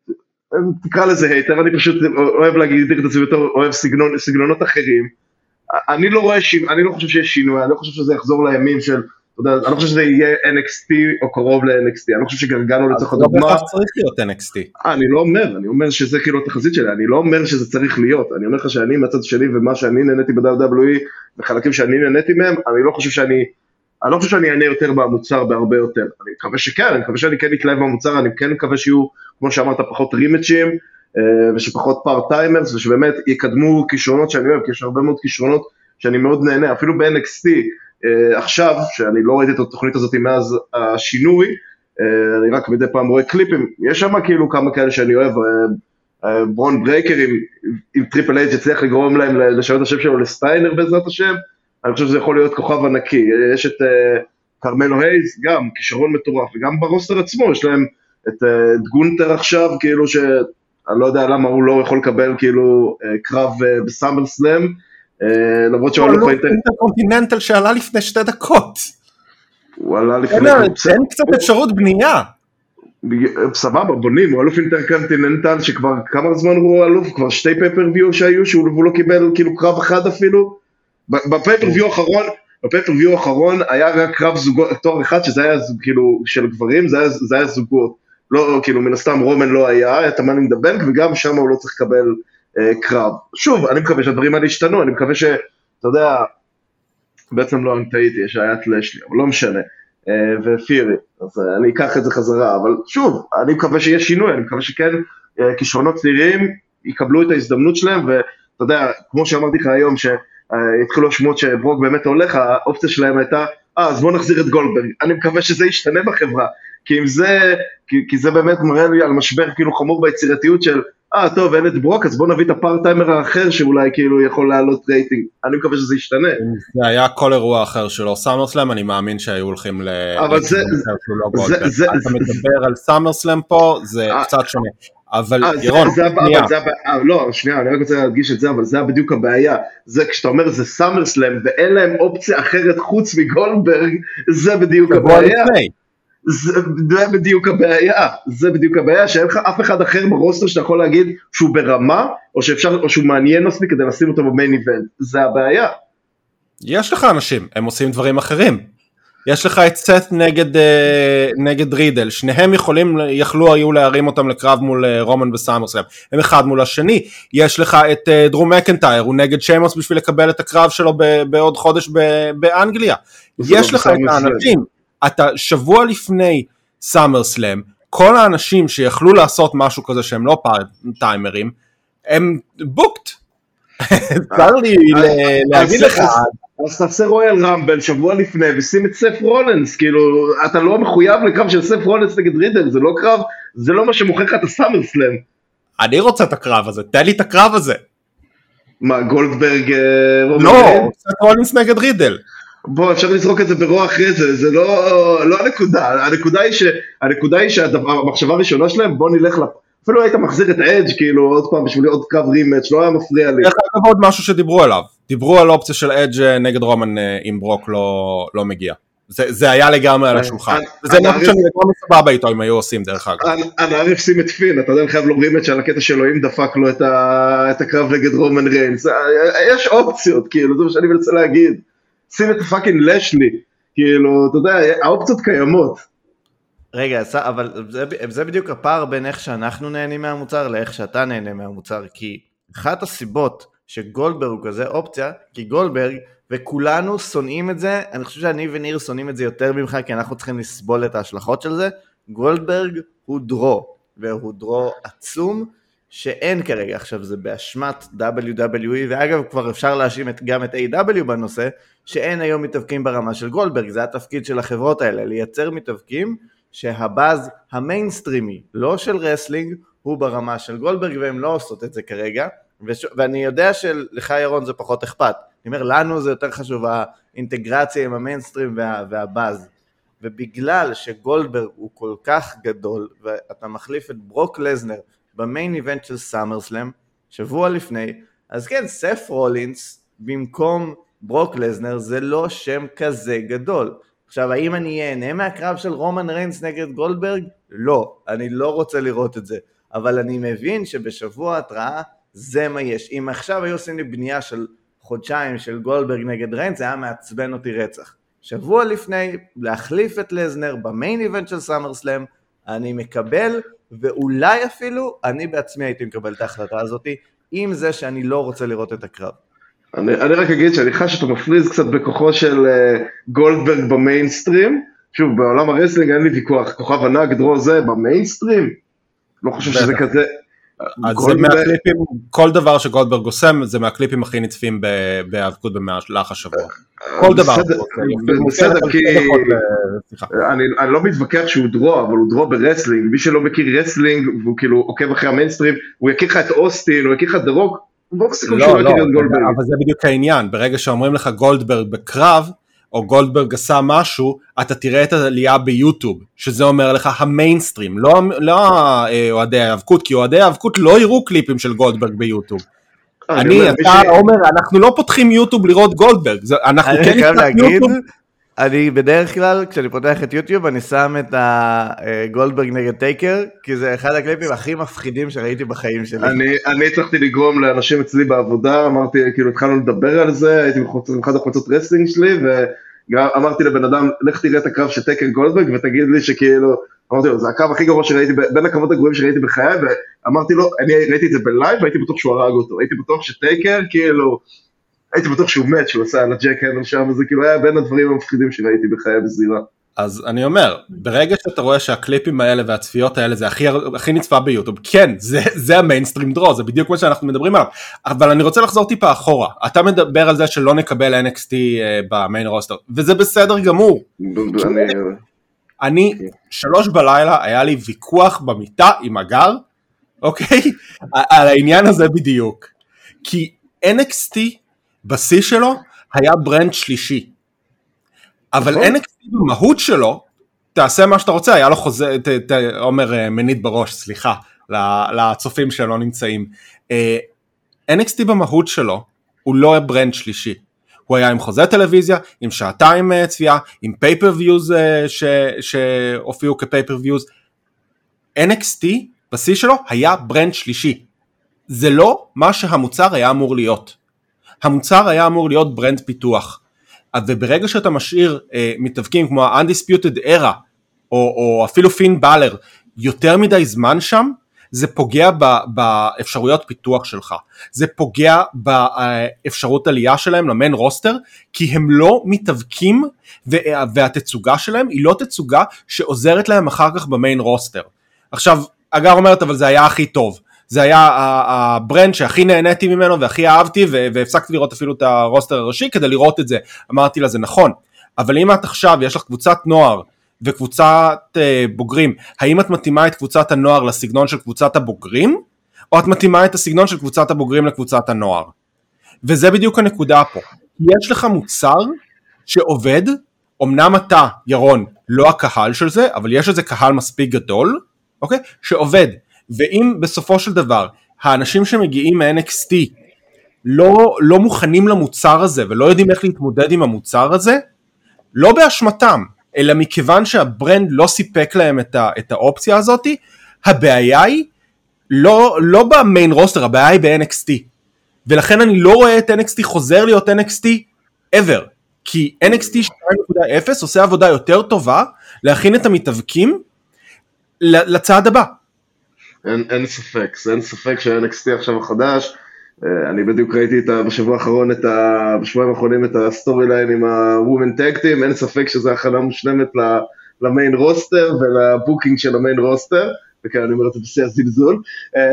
תקרא לזה הייטר, אני פשוט אוהב להגיד את זה בתור, אוהב סגנון, סגנונות אחרים. אני לא רואה, אני לא חושב שיש שינוי, אני לא חושב שזה יחזור לימים של, אתה יודע, אני לא חושב שזה יהיה אן אקס טי או קרוב ל-אן אקס טי, אני לא חושב שגרגנו לצורך הדוגמה. לא בהכרח צריך להיות אן אקס טי. אני לא אומר, אני אומר שזה כאילו התחזית שלי, אני לא אומר שזה צריך להיות, אני אומר לך שאני מהצד שלי ומה שאני נהניתי ב-דאבליו דאבליו אי, וחלקים שאני נהניתי מהם, אני לא חושב שאני, אני לא חושב שאני אענה יותר מהמוצר בהרבה יותר, אני מקווה שכן, אני מקווה שאני כן אתלהב מהמוצר, אני כן מקווה שיהיו, כמו שאמרת, פחות רימצ'ים, ושפחות פארט-טיימרס, ושבאמת יקדמו כישרונות שאני אוהב, כי יש הרבה מאוד כישרונות שאני מאוד נהנה, אפילו ב-אן אקס טי, עכשיו, שאני לא ראיתי את התוכנית הזאת מאז השינוי, אני רק מדי פעם רואה קליפים, יש שם כאילו כמה כאלה שאני אוהב, ברון ברייקר עם טריפל אייג' הצליח לגרום להם לשנות את השם שלו לסטיינר בעזרת השם, אני חושב שזה יכול להיות כוכב ענקי, יש את קרמלו הייז, גם כישרון מטורף, וגם ברוסטר עצמו, יש להם את גונטר עכשיו, כאילו שאני לא יודע למה הוא לא יכול לקבל כאילו קרב בסאמר סלאם, למרות שהוא לא אינטרקונטיננטל שעלה לפני שתי דקות. הוא עלה לפני... אין קצת אפשרות בנייה. סבבה, בונים, הוא אלוף אינטרקונטיננטל שכבר כמה זמן הוא אלוף, כבר שתי פייפריוויו שהיו, שהוא לא קיבל כאילו קרב אחד אפילו, בפייפריוויו האחרון, בפייפריוויו האחרון היה רק קרב זוגות, תואר אחד שזה היה כאילו של גברים, זה היה, זה היה זוגות, לא, כאילו מן הסתם רומן לא היה, היה תמן עם דבנק, וגם שם הוא לא צריך לקבל אה, קרב. שוב, אני מקווה שהדברים האלה השתנו, אני מקווה שאתה יודע, בעצם לא אני טעיתי, שהיה את לשלי, אבל לא משנה. ופירי, אז אני אקח את זה חזרה, אבל שוב, אני מקווה שיהיה שינוי, אני מקווה שכן, כישרונות צעירים יקבלו את ההזדמנות שלהם, ואתה יודע, כמו שאמרתי לך היום, שהתחילו השמועות שברוק באמת הולך, האופציה שלהם הייתה, אה, אז בוא נחזיר את גולדברג, אני מקווה שזה ישתנה בחברה, כי אם זה, כי, כי זה באמת מראה לי על משבר כאילו חמור ביצירתיות של, אה, טוב, אין את ברוק, אז בוא נביא את הפארט-טיימר האחר שאולי כאילו יכול לעלות רייטינג. אני מקווה שזה ישתנה. זה היה כל אירוע אחר שלו. סאמרסלאם, אני מאמין שהיו הולכים ל... אבל זה... אתה מדבר על סאמרסלאם פה, זה קצת שונה. אבל ירון, שנייה. לא, שנייה, אני רק רוצה להדגיש את זה, אבל זה בדיוק הבעיה. זה כשאתה אומר זה סאמרסלאם, ואין להם אופציה אחרת חוץ מגולדברג, זה בדיוק הבעיה. זה בדיוק הבעיה, זה בדיוק הבעיה, שאין לך אף אחד אחר ברוסטר שאתה יכול להגיד שהוא ברמה, או שאפשר, או שהוא מעניין מספיק כדי לשים אותו במיין איבנט, זה הבעיה. יש לך אנשים, הם עושים דברים אחרים, יש לך את סט נגד, נגד רידל, שניהם יכולים, יכלו היו להרים אותם לקרב מול רומן וסאמרסלאם, הם אחד מול השני, יש לך את דרו מקנטייר, הוא נגד שיימוס בשביל לקבל את הקרב שלו בעוד חודש באנגליה, יש לך את האנשים, אתה שבוע לפני סאמרסלאם, כל האנשים שיכלו לעשות משהו כזה שהם לא פארט-טיימרים, הם בוקט. צר לי להגיד לך. אז תעשה רויאל רמבל שבוע לפני, ושים את סף רולנס, כאילו, אתה לא מחויב לקרב של סף רולנס נגד רידל, זה לא קרב, זה לא מה שמוכר לך את הסאמרסלאם. אני רוצה את הקרב הזה, תן לי את הקרב הזה. מה, גולדברג? לא, סף רולנס נגד רידל. בוא, אפשר לזרוק את זה ברוע אחרי זה, זה לא, לא הנקודה, הנקודה היא ש, הנקודה היא שהמחשבה הראשונה שלהם, בוא נלך לפ... אפילו היית מחזיר את אדג' כאילו עוד פעם בשבילי עוד קרב רימץ', לא היה מפריע לי. איך היה עוד משהו שדיברו עליו, דיברו על אופציה של אדג' נגד רומן אם ברוק לא, לא מגיע, זה, זה היה לגמרי על השולחן, זה משהו שאני לגמרי סבבה איתו אם היו עושים דרך אגב. הנערף שים את פין, אתה יודע, חייב לו רימץ' על הקטע שלו, אם דפק לו את, ה, את הקרב נגד רומן ריינס, יש אופציות כאילו, זה מה שאני מנסה להגיד. שים את הפאקינג לשלי, כאילו, אתה יודע, האופציות קיימות. רגע, אבל זה, זה בדיוק הפער בין איך שאנחנו נהנים מהמוצר, לאיך שאתה נהנה מהמוצר, כי אחת הסיבות שגולדברג הוא כזה אופציה, כי גולדברג, וכולנו שונאים את זה, אני חושב שאני וניר שונאים את זה יותר ממך, כי אנחנו צריכים לסבול את ההשלכות של זה, גולדברג הוא דרו, והוא דרו עצום, שאין כרגע, עכשיו זה באשמת דאבליו דאבליו אי, ואגב כבר אפשר להאשים גם את איי דאבליו בנושא, שאין היום מתאבקים ברמה של גולדברג, זה התפקיד של החברות האלה, לייצר מתאבקים שהבאז המיינסטרימי, לא של רסלינג, הוא ברמה של גולדברג, והם לא עושות את זה כרגע, וש... ואני יודע שלך ירון זה פחות אכפת, אני אומר לנו זה יותר חשוב, האינטגרציה עם המיינסטרים וה... והבאז, ובגלל שגולדברג הוא כל כך גדול, ואתה מחליף את ברוק לזנר, במיין איבנט של סאמרסלאם, שבוע לפני, אז כן, סף רולינס, במקום ברוק לזנר, זה לא שם כזה גדול. עכשיו, האם אני אהנה מהקרב של רומן ריינס נגד גולדברג? לא, אני לא רוצה לראות את זה. אבל אני מבין שבשבוע התראה, זה מה יש. אם עכשיו היו עושים לי בנייה של חודשיים של גולדברג נגד ריינס, זה היה מעצבן אותי רצח. שבוע לפני, להחליף את לזנר במיין איבנט של סאמרסלאם, אני מקבל, ואולי אפילו אני בעצמי הייתי מקבל את ההחלטה הזאת, עם זה שאני לא רוצה לראות את הקרב. אני, אני רק אגיד שאני חש שאתה מפריז קצת בכוחו של uh, גולדברג במיינסטרים, שוב, בעולם הרסלינג אין לי ויכוח, כוכב ענק, דרו זה, במיינסטרים, לא חושב שזה כזה... אז זה מהקליפים, כל דבר שגולדברג עושה, זה מהקליפים הכי נצפים בהיאבקות במהלך השבוע. כל דבר. בסדר, כי אני לא מתווכח שהוא דרו, אבל הוא דרו ברסלינג, מי שלא מכיר רסלינג, והוא כאילו עוקב אחרי המיינסטרים, הוא יכיר לך את אוסטין, הוא יכיר לך את דרוק, לא, לא, אבל זה בדיוק העניין, ברגע שאומרים לך גולדברג בקרב, או גולדברג עשה משהו, אתה תראה את העלייה ביוטיוב, שזה אומר לך המיינסטרים, לא, לא אוהדי ההיאבקות, כי אוהדי ההיאבקות לא יראו קליפים של גולדברג ביוטיוב. אני, אתה אומר, אנחנו לא פותחים יוטיוב לראות גולדברג, אנחנו כן נפתח יוטיוב. אני בדרך כלל, כשאני פותח את יוטיוב, אני שם את הגולדברג נגד טייקר, כי זה אחד הקליפים הכי מפחידים שראיתי בחיים שלי. אני, אני הצלחתי לגרום לאנשים אצלי בעבודה, אמרתי, כאילו, התחלנו לדבר על זה, הייתי באחד החוצות רסלינג שלי, ואמרתי לבן אדם, לך תראה את הקרב של טייקר גולדברג, ותגיד לי שכאילו, אמרתי לו, זה הקרב הכי גרוע שראיתי, בין הקרבות הגרועים שראיתי בחיי, ואמרתי לו, אני ראיתי את זה בלייב, והייתי בטוח שהוא הרג אותו, הייתי בטוח שטייקר, כאילו, הייתי בטוח שהוא מת, שהוא עשה על הג'ק הנדל שם, וזה כאילו היה בין הדברים המפחידים שראיתי בחיי בזירה. אז אני אומר, ברגע שאתה רואה שהקליפים האלה והצפיות האלה זה הכי, הכי נצפה ביוטיוב, כן, זה, זה המיינסטרים דרו, זה בדיוק מה שאנחנו מדברים עליו, אבל אני רוצה לחזור טיפה אחורה, אתה מדבר על זה שלא נקבל אן אקס טי uh, במיין רוסטר, וזה בסדר גמור. אני... אני שלוש בלילה, היה לי ויכוח במיטה עם הגר, אוקיי? על העניין הזה בדיוק, כי אן אקס טי בשיא שלו היה ברנד שלישי, אבל אן אקס טי במהות שלו, תעשה מה שאתה רוצה, היה לו חוזה, עומר מנית בראש, סליחה, לצופים שלא נמצאים. אן אקס טי במהות שלו, הוא לא ברנד שלישי. הוא היה עם חוזה טלוויזיה, עם שעתיים צפייה, עם פייפר-ויוז שהופיעו כפייפר-ויוז. אן אקס טי בשיא שלו היה ברנד שלישי. זה לא מה שהמוצר היה אמור להיות. המוצר היה אמור להיות ברנד פיתוח. וברגע שאתה משאיר אה, מתאבקים כמו ה-Undisputed Era, או, או אפילו פין בלר, יותר מדי זמן שם, זה פוגע ב, באפשרויות פיתוח שלך. זה פוגע באפשרות עלייה שלהם למיין רוסטר, כי הם לא מתאבקים, וה, והתצוגה שלהם היא לא תצוגה שעוזרת להם אחר כך במיין רוסטר. עכשיו, אגר אומרת, אבל זה היה הכי טוב. זה היה הברנד שהכי נהניתי ממנו והכי אהבתי, והפסקתי לראות אפילו את הרוסטר הראשי כדי לראות את זה. אמרתי לה, זה נכון, אבל אם את עכשיו, יש לך קבוצת נוער וקבוצת בוגרים, האם את מתאימה את קבוצת הנוער לסגנון של קבוצת הבוגרים, או את מתאימה את הסגנון של קבוצת הבוגרים לקבוצת הנוער? וזה בדיוק הנקודה פה. יש לך מוצר שעובד, אמנם אתה, ירון, לא הקהל של זה, אבל יש איזה קהל מספיק גדול, אוקיי? שעובד. ואם בסופו של דבר, האנשים שמגיעים מ-אן אקס טי לא, לא מוכנים למוצר הזה, ולא יודעים איך להתמודד עם המוצר הזה, לא באשמתם, אלא מכיוון שהברנד לא סיפק להם את, ה, את האופציה הזאת, הבעיה היא לא, לא במיין רוסטר, הבעיה היא ב-אן אקס טי. ולכן אני לא רואה את אן אקס טי חוזר להיות אן אקס טי ever, כי אן אקס טי שתיים נקודה אפס עושה עבודה יותר טובה, להכין את המתאבקים לצעד הבא. אין, אין ספק, אין ספק שה-אן אקס טי עכשיו החדש, אני בדיוק ראיתי את, בשבוע האחרון, את ה, בשבועים האחרונים את הסטורי ליין עם ה-Women Tag Team, אין ספק שזה הכנה מושלמת למיין רוסטר ולבוקינג של המיין רוסטר, וכאן אני אומר את זה בשיא הזלזול,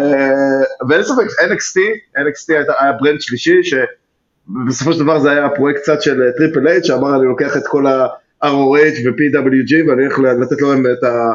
ואין ספק, אן אקס טי, אן אקס טי היה ברנד שלישי, שבסופו של דבר זה היה הפרויקט קצת של טריפל אייץ' שאמר אני לוקח את כל ה-אר או אייץ' ו-פי דאבליו ג'י ואני הולך לתת להם את ה...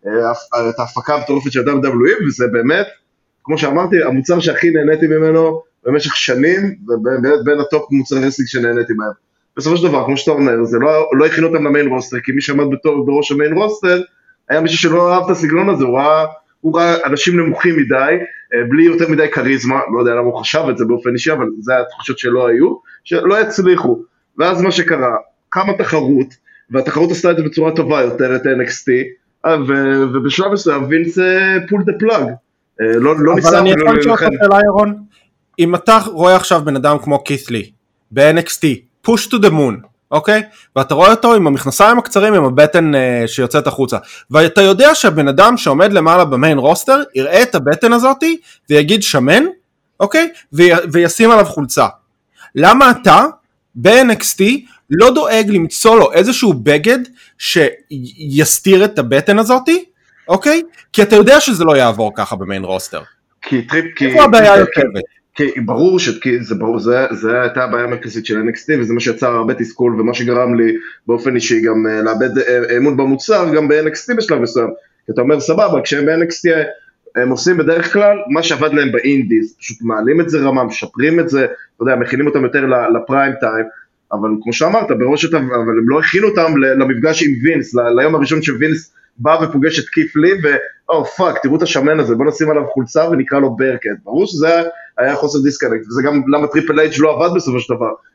את ההפקה המטורפת של דאבליו דאבליו אי, וזה באמת, כמו שאמרתי, המוצר שהכי נהניתי ממנו במשך שנים, ובאמת בין הטופ מוצרי רסלינג שנהניתי מהם. בסופו של דבר, כמו שאתה אומר, זה לא, לא הכין אותם למיין רוסטר, כי מי שעמד בתור בראש המיין רוסטר, היה מישהו שלא אהב את הסגנון הזה, הוא ראה, הוא ראה אנשים נמוכים מדי, בלי יותר מדי קריזמה, לא יודע למה הוא חשב את זה באופן אישי, אבל זה התחושות שלא היו, שלא יצליחו. ואז מה שקרה, כמה תחרות, והתחרות עשתה את זה בצורה טובה יותר, את אן אקס טי, ובשלב מסוים וינס פול דה פלאג, לא ניסה. אבל אני יכול לשאול אותך שאלה, ירון, אם אתה רואה עכשיו בן אדם כמו כית לי, ב-אן אקס טי, push to the moon, אוקיי? ואתה רואה אותו עם המכנסיים הקצרים, עם הבטן שיוצאת החוצה, ואתה יודע שהבן אדם שעומד למעלה במיין רוסטר, יראה את הבטן הזאת, ויגיד שמן, אוקיי? וישים עליו חולצה. למה אתה, ב-אן אקס טי, לא דואג למצוא לו איזשהו בגד שיסתיר את הבטן הזאת, אוקיי? כי אתה יודע שזה לא יעבור ככה במיין רוסטר. כי טריפ, כי... איפה הבעיה יוקבת? כי ברור שזה ברור, זה, זה הייתה הבעיה המרכזית של אן אקס טי, וזה מה שיצר הרבה תסכול, ומה שגרם לי באופן אישי גם לאבד אמון במוצר, גם ב-אן אקס טי בשלב מסוים. כי אתה אומר, סבבה, כשהם ב-אן אקס טי הם עושים בדרך כלל מה שעבד להם באינדיז, פשוט מעלים את זה רמה, משפרים את זה, אתה יודע, מכינים אותם יותר לפריים טיים, אבל כמו שאמרת, בראש אותם, אבל הם לא הכינו אותם למפגש עם וינס, ליום הראשון שווינס בא ופוגש את כית לי, ואו פאק, תראו את השמן הזה, בוא נשים עליו חולצה ונקרא לו ברקט. ברור שזה היה חוסר דיסקונקט, וזה גם למה טריפל אייץ' לא עבד בסופו של דבר,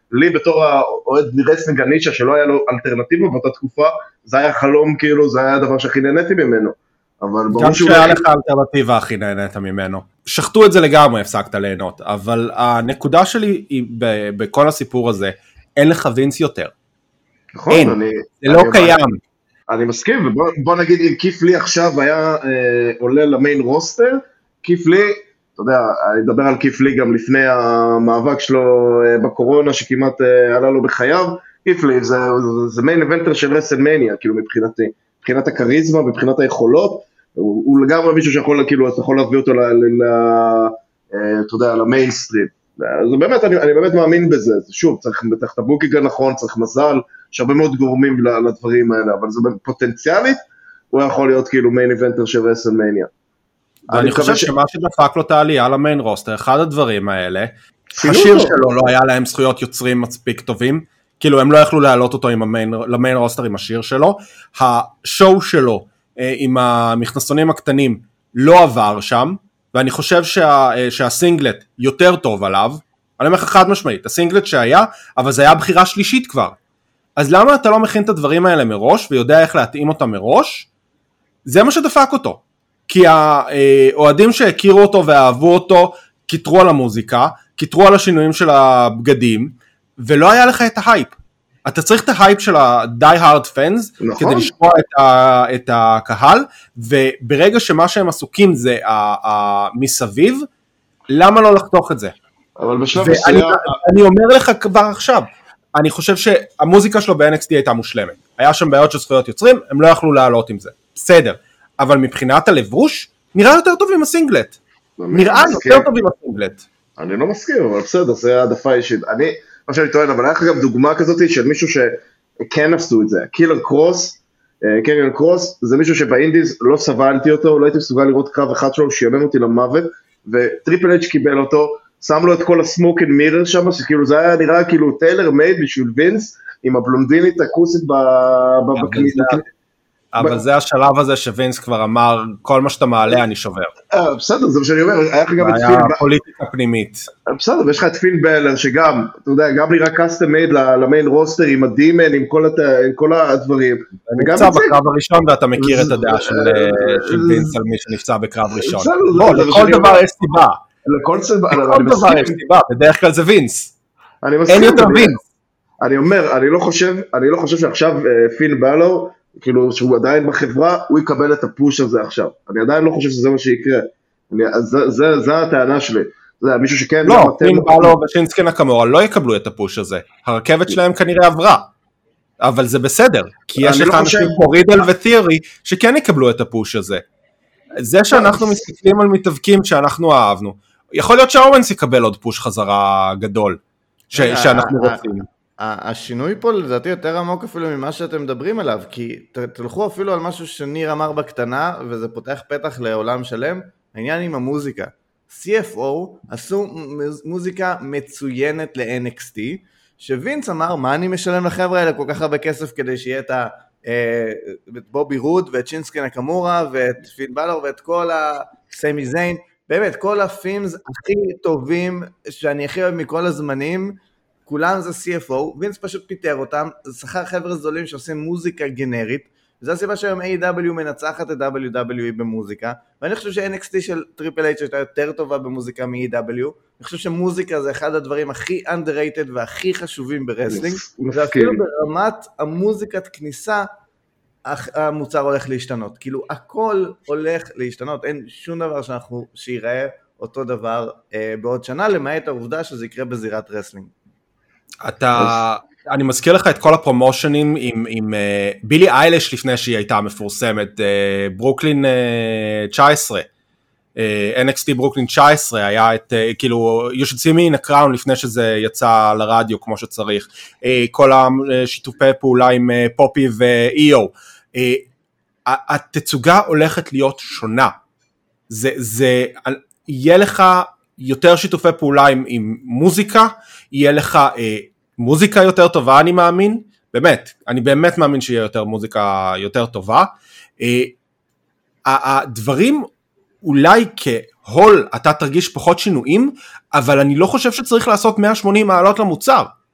לי בתור האוהד רסלינג הנישה שלא היה לו אלטרנטיבה באותה תקופה, זה היה חלום כאילו, זה היה הדבר שהכי נהניתי ממנו. גם שהיה לך אלטרנטיבה הכי נהנית ממנו. שחטו את זה לגמרי, הפסקת ליהנות, אבל הנקודה שלי היא בכל הסיפור הזה, אין לך וינס יותר. נכון, אין, אני, זה לא אני קיים. אני מסכים, ובוא נגיד אם כיף לי עכשיו היה אה, עולה למיין רוסטר, כיף לי, אתה יודע, אני מדבר על כיף לי גם לפני המאבק שלו אה, בקורונה, שכמעט אה, עלה לו בחייו, כיף לי, זה, זה, זה מיין איבנטר של רסלמניה, כאילו מבחינתי, מבחינת הקריזמה, מבחינת היכולות, הוא, הוא לגמרי מישהו שיכול, כאילו, אתה יכול להביא אותו ל, ל, ל, אה, אתה יודע, למיינסטרים, אז באמת, אני, אני באמת מאמין בזה, שוב, צריך את הבוקינג הנכון, צריך מזל, יש הרבה מאוד גורמים לדברים האלה, אבל זה פוטנציאלית, הוא יכול להיות כאילו מיין איבנטר של רסלמניה. ואני חושב שמה שדפק לו את העלייה למיין רוסטר, אחד הדברים האלה, השיר שלו לא היה להם זכויות יוצרים מספיק טובים, כאילו הם לא יכלו להעלות אותו למיין רוסטר עם השיר שלו, השואו שלו עם המכנסונים הקטנים לא עבר שם, ואני חושב שהסינגלט יותר טוב עליו, אני אומר לך חד משמעית, הסינגלט שהיה, אבל זה היה בחירה שלישית כבר, אז למה אתה לא מכין את הדברים האלה מראש, ויודע איך להתאים אותם מראש? זה מה שדפק אותו. כי האוהדים שהכירו אותו ואהבו אותו, קיטרו על המוזיקה, קיטרו על השינויים של הבגדים, ולא היה לך את ההייפ. אתה צריך את ההייפ של ה-die hard fans, נכון. כדי לשמוע את, ה- את הקהל, וברגע שמה שהם עסוקים זה מסביב, למה לא לחתוך את זה? אבל בשלב ואני, מסוים... אני אומר לך כבר עכשיו, אני חושב שהמוזיקה שלו ב-אן אקס טי הייתה מושלמת. היה שם בעיות של זכויות יוצרים, הם לא יכלו לעלות עם זה. בסדר. אבל מבחינת הלבוש, נראה יותר טוב עם הסינגלט. נראה יותר טוב עם הסינגלט. אני לא מסכים, אבל בסדר, זה העדפה אישית. אני, מה שאני טוען, אבל היה לך גם דוגמה כזאת של מישהו שכן עשו את זה. קילר קרוס, קילר קרוס, זה מישהו שבאינדיז לא סבלתי אותו, לא הייתי מסוגל לראות קרב אחד שלו, שיאמן אותי למוות, וטריפל אייץ' קיבל אותו, שם לו את כל הסמוק אנד מירר שם, שכאילו זה היה נראה כאילו טיילר מייד בשביל וינס, עם הבלונדינית הכוסית בכניסה. אבל זה השלב הזה שווינס כבר אמר, כל מה שאתה מעלה אני שובר. בסדר, זה מה שאני אומר, היה לך גם את פין... היה פוליטיקה פנימית. בסדר, ויש לך את פין בלר, שגם, אתה יודע, גם נראה קאסטם מייד למיין רוסטר, עם הדימן, עם כל הדברים. אני נפצע בקרב הראשון, ואתה מכיר את הדעה של וינס על מי שנפצע בקרב ראשון. לא, לכל דבר יש סיבה. לכל דבר יש סיבה, בדרך כלל זה וינס. אין יותר וינס. אני אומר, אני לא חושב, אני לא חושב שעכשיו פין בלר, כאילו שהוא עדיין בחברה, הוא יקבל את הפוש הזה עכשיו. אני עדיין לא חושב שזה מה שיקרה. אני, זה, זה, זה הטענה שלי. זה מישהו שכן... לא, פין בלו ושינסקי נקמורה לא יקבלו את הפוש הזה. הרכבת שלהם כנראה עברה. אבל זה בסדר. כי יש לך אנשים כמו רידל ותיארי שכן יקבלו את הפוש הזה. זה שאנחנו מסתכלים על מתאבקים שאנחנו אהבנו. יכול להיות שהאורנס יקבל עוד פוש חזרה גדול. שאנחנו רוצים. השינוי פה לדעתי יותר עמוק אפילו ממה שאתם מדברים עליו, כי תלכו אפילו על משהו שניר אמר בקטנה, וזה פותח פתח לעולם שלם, העניין עם המוזיקה. סי אף או עשו מוזיקה מצוינת ל-אן אקס טי, שווינס אמר, מה אני משלם לחבר'ה האלה כל כך הרבה כסף, כדי שיהיה את, ה, את בובי רוד, ואת שינסקי נקמורה, ואת פין בלור, ואת כל הסמי זיין, באמת, כל הפימס הכי טובים, שאני הכי אוהב מכל הזמנים, כולם זה סי אף או, וינס פשוט פיתר אותם, זה שכר חבר'ה זולים שעושים מוזיקה גנרית, וזו הסיבה שהיום איי דאבליו מנצחת את דאבליו דאבליו אי במוזיקה, ואני חושב ש-אן אקס טי של טריפל אייץ' הייתה יותר טובה במוזיקה מ-איי דאבליו, אני חושב שמוזיקה זה אחד הדברים הכי underrated והכי חשובים ברסלינג, ואפילו ברמת המוזיקת כניסה, המוצר הולך להשתנות, כאילו הכל הולך להשתנות, אין שום דבר שאנחנו, שיראה אותו דבר אה, בעוד שנה, למעט העובדה שזה יקרה בזירת רסלינג. אתה, אני מזכיר לך את כל הפרומושנים עם, עם uh, בילי איילש לפני שהיא הייתה מפורסמת, uh, ברוקלין uh, תשע עשרה, uh, אן אקס טי ברוקלין תשע עשרה, היה את, uh, כאילו, you should see me in a crown לפני שזה יצא לרדיו כמו שצריך, uh, כל השיתופי פעולה עם uh, פופי ואיו, uh, התצוגה הולכת להיות שונה, זה, זה, יהיה לך יותר שיתופי פעולה עם, עם מוזיקה, יהיה לך אה, מוזיקה יותר טובה, אני מאמין, באמת, אני באמת מאמין שיהיה יותר מוזיקה יותר טובה, אה, הדברים אולי כהול אתה תרגיש פחות שינויים, אבל אני לא חושב שצריך לעשות מאה ושמונים מעלות למוצר,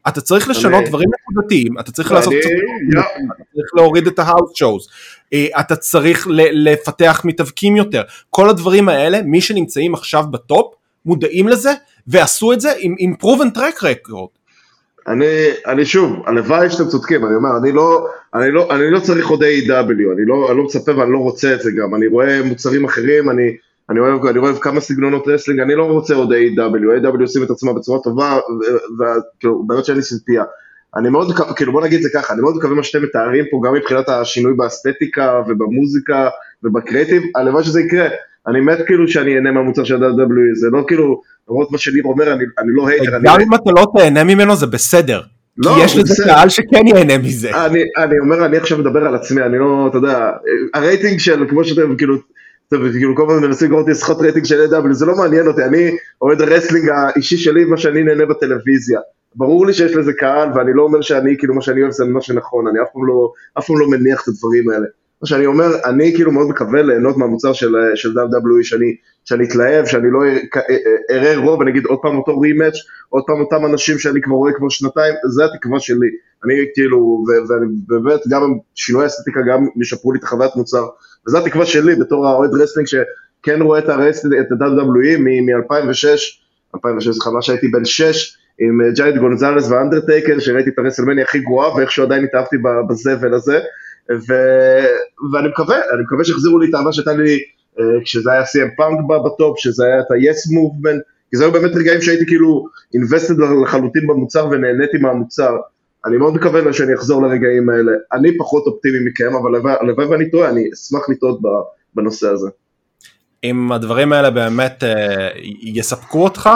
אתה צריך לשנות דברים נקודתיים, אתה צריך לעשות קצת, אתה צריך להוריד את ההאוס שואוז, אתה צריך לפתח מתאבקים יותר, כל הדברים האלה, מי שנמצאים עכשיו בטופ, מודעים לזה, ועשו את זה עם, עם proven track record. אני, אני שוב, הלוואי שאתם צודקים, אני אומר, אני לא, אני לא, אני לא צריך עוד איי דאבליו, אני לא, אני לא מצפה ואני לא רוצה את זה גם, אני רואה מוצרים אחרים, אני, אני אוהב, אני אוהב כמה סגנונות רסלינג, אני לא רוצה עוד איי דאבליו, איי דאבליו עושים את עצמה בצורה טובה, וכאילו, באמת שאין לי סימפיה. אני מאוד, כאילו, בוא נגיד זה ככה, אני מאוד מקווה מה שאתם מתארים פה, גם מבחינת השינוי באסתטיקה ובמוזיקה ובקריאטיב, הלוואי שזה יקרה. אני מת כאילו שאני אהנה מהמוצר של דאבליו דאבליו אי, זה לא כאילו, למרות מה שניר אומר, אני, אני לא הייטר. גם אם אתה לא תהנה ממנו זה בסדר, לא, כי יש לזה קהל שכן יהנה מזה. אני, אני אומר, אני עכשיו מדבר על עצמי, אני לא, אתה יודע, הרייטינג של, כמו שאתם כאילו, כאילו כל פעם מנסים לראות ישחות רייטינג של איי דאבליו, זה לא מעניין אותי, אני אוהד הרסלינג האישי שלי, מה שאני נהנה בטלוויזיה. ברור לי שיש לזה קהל, ואני לא אומר שאני, כאילו, מה שאני אוהב זה מה שנכון, אני אף פעם לא, אף פעם לא מניח את הדברים האלה. מה שאני אומר, אני כאילו מאוד מקווה ליהנות מהמוצר של, של דאבליו דאבליו אי, שאני, שאני אתלהב, שאני לא אראה רוב, אני אגיד עוד פעם אותו רימאץ', עוד פעם אותם אנשים שאני כבר רואה כבר שנתיים, זה התקווה שלי. אני כאילו, ואני באמת, גם שינוי האסתטיקה, גם ישפרו לי את חוויית מוצר, וזה התקווה שלי, בתור האוהד רסלינג, שכן רואה את הרסלינג, את דאבליו דאבליו אי, מ-אלפיים ושש, אלפיים ושש זה חמש שהייתי בן שש, עם ג'יינט גונזלס ואנדרטייקר, שראיתי את הרסלמניה הכי גרועה, ואיכשהו עדיין התאהבתי בזבל הזה, ו... ואני מקווה, אני מקווה שיחזירו לי את האהבה שהייתה לי, כשזה היה סי אם פאנק בטופ, שזה היה את ה-Yes Movement, כי זה היו באמת רגעים שהייתי כאילו invested לחלוטין במוצר, ונהניתי מהמוצר, אני מאוד מקווה שאני אחזור לרגעים האלה, אני פחות אופטימי מכם, אבל הלוואי ואני טועה, אני אשמח לטעות בנושא הזה. אם הדברים האלה באמת יספקו אותך,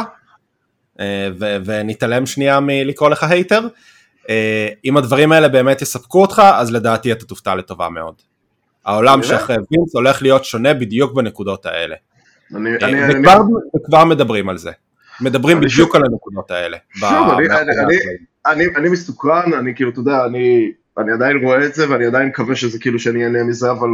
ונתעלם שנייה מלקרוא לך הייטר, אם הדברים האלה באמת יספקו אותך, אז לדעתי אתה תופתע לטובה מאוד. העולם שאחרי וינס הולך להיות שונה בדיוק בנקודות האלה. וכבר מדברים על זה. מדברים בדיוק על הנקודות האלה. שוב, אני מסתוקרן, אני כאילו, אתה יודע, אני עדיין רואה את זה, ואני עדיין מקווה שזה כאילו שאני אהנה מזה, אבל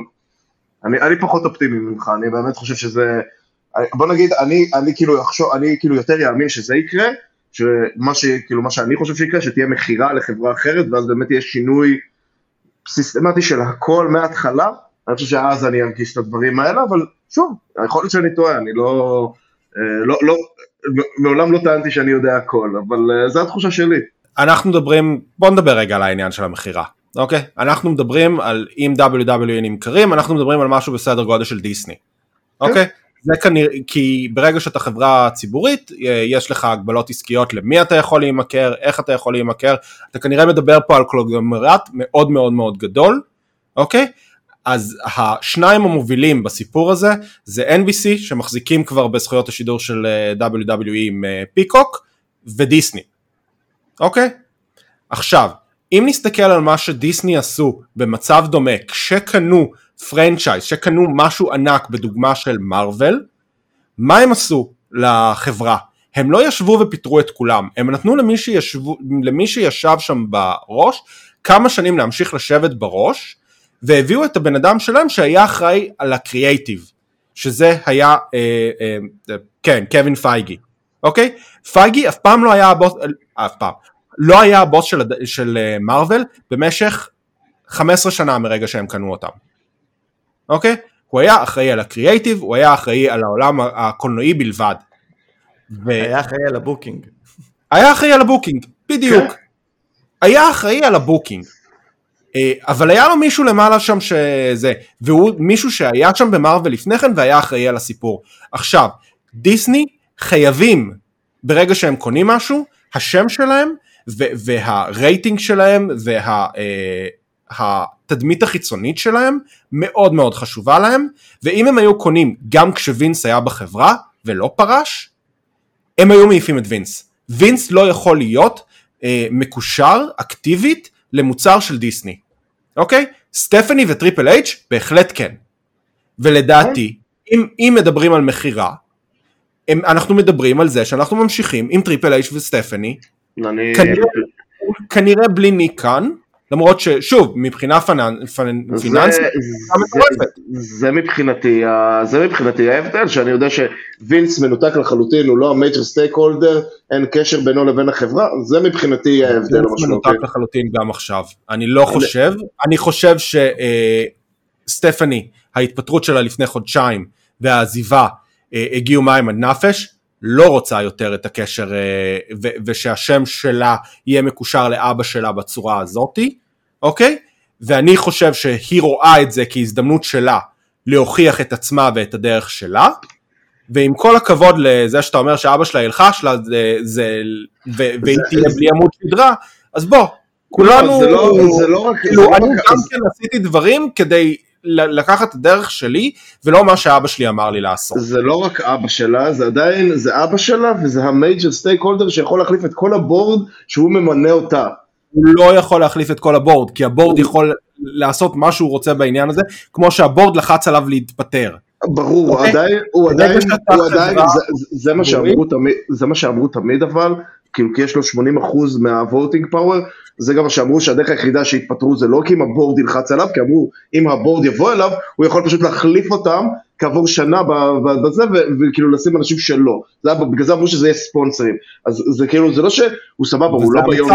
אני פחות אופטימי ממך, אני באמת חושב שזה, בוא נגיד, אני כאילו יחשוב, אני כאילו יותר יאמין שזה יקרה, שמה שכאילו מה שאני חושב שיקרה, שתהיה מחירה לחברה אחרת, ואז באמת יהיה שינוי סיסטמטי של הכל מההתחלה, אני חושב שאז אני ארגיש את הדברים האלה, אבל שוב, יכול להיות שאני טועה, אני לא, לא, לא, מעולם לא טענתי שאני יודע הכל, אבל זו התחושה שלי. אנחנו מדברים, בוא נדבר רגע על העניין של המחירה, אוקיי? אנחנו מדברים על, אם דאבליו דאבליו אי נמכרים, אנחנו מדברים על משהו בסדר גודל של דיסני, אוקיי? זה כנראה, כי ברגע שאתה חברה ציבורית, יש לך הגבלות עסקיות למי אתה יכול להימכר, איך אתה יכול להימכר, אתה כנראה מדבר פה על קונגלומרט מאוד מאוד מאוד גדול, אוקיי? אז השניים המובילים בסיפור הזה, זה אן בי סי, שמחזיקים כבר בזכויות השידור של דאבליו דאבליו אי עם פיקוק, ודיסני, אוקיי? עכשיו, אם נסתכל על מה שדיסני עשו במצב דומה, כשקנו פרנצ'ייז, שקנו משהו ענק בדוגמה של מרוול, מה הם עשו לחברה? הם לא ישבו ופיתרו את כולם, הם נתנו למי, שישבו, למי שישב שם בראש, כמה שנים להמשיך לשבת בראש, והביאו את הבן אדם שלהם שהיה אחראי על הקריאייטיב, שזה היה, אה, אה, כן, קווין פייגי, אוקיי? פייגי אף פעם לא היה הבוס, אף פעם, לא היה הבוס של, של מרוול, במשך חמש עשרה שנה מרגע שהם קנו אותם. אוקיי? הוא היה אחראי על הקריאייטיב, הוא היה אחראי על העולם הקולנועי בלבד. ו... היה אחראי על הבוקינג. היה אחראי על הבוקינג, בדיוק. היה אחראי על הבוקינג. אבל היה לו מישהו למעלה שם שזה, והוא מישהו שהיה שם במרוול לפני כן, והיה אחראי על הסיפור. עכשיו, דיסני חייבים, ברגע שהם קונים משהו, השם שלהם, והרייטינג שלהם, וה... התדמית החיצונית שלהם מאוד מאוד חשובה להם, ואם הם היו קונים גם כשווינס היה בחברה ולא פרש, הם היו מעיפים את וינס. וינס לא יכול להיות אה, מקושר אקטיבית למוצר של דיסני. אוקיי? סטפני וטריפל אייץ' בהחלט כן. ולדעתי, אם, אם מדברים על מחירה, הם, אנחנו מדברים על זה שאנחנו ממשיכים עם טריפל אייץ' וסטפני, אני... כנראה, כנראה בלי ניק כאן, למרות ששוב, מבחינה פיננסית, זה מבחינתי, זה מבחינתי ההבדל, שאני יודע שווינס מנותק לחלוטין, הוא לא המייג'ר סטייק הולדר, אין קשר בינו לבין החברה, זה מבחינתי ההבדל המשמעותי. ווינס מנותק לחלוטין גם עכשיו, אני לא חושב, אני חושב שסטפני, ההתפטרות שלה לפני חודשיים, והעזיבה, הגיעו מים עד נפש, לא רוצה יותר את הקשר, ושהשם שלה יהיה מקושר לאבא שלה בצורה הזאתי, אוקיי? ואני חושב שהיא רואה את זה כהזדמנות שלה, להוכיח את עצמה ואת הדרך שלה, ועם כל הכבוד לזה שאתה אומר שאבא שלה ילחש לה, והיא תהיה בלי עמוד שדרה, אז בוא, כולנו, אני גם כן עשיתי דברים כדי לקחת את הדרך שלי, ולא מה שאבא שלי אמר לי לעשות. זה לא רק אבא שלה, זה עדיין, זה אבא שלה, וזה המייג'ר סטייק הולדר שיכול להחליף את כל הבורד שהוא ממנה אותה. הוא לא יכול להחליף את כל הבורד, כי הבורד יכול לעשות מה שהוא רוצה בעניין הזה, כמו שהבורד לחץ עליו להתפטר. ברור, עדיין, הוא עדיין, הוא עדיין, זה מה שאמרו תמיד, זה מה שאמרו תמיד אבל, כאילו כי יש לו שמונים אחוז מהווטינג פאוור, זה גם מה שאמרו שהדרך היחידה שהתפטרו זה לא כי אם הבורד ילחץ עליו, כי אמרו אם הבורד יבוא אליו, הוא יכול פשוט להחליף אותם כעבור שנה בזה, וכאילו לשים אנשים שלו, בגלל זה אמרו שזה יהיה ספונסרים, אז זה כאילו, זה לא שהוא סבבה, הוא לא ביום,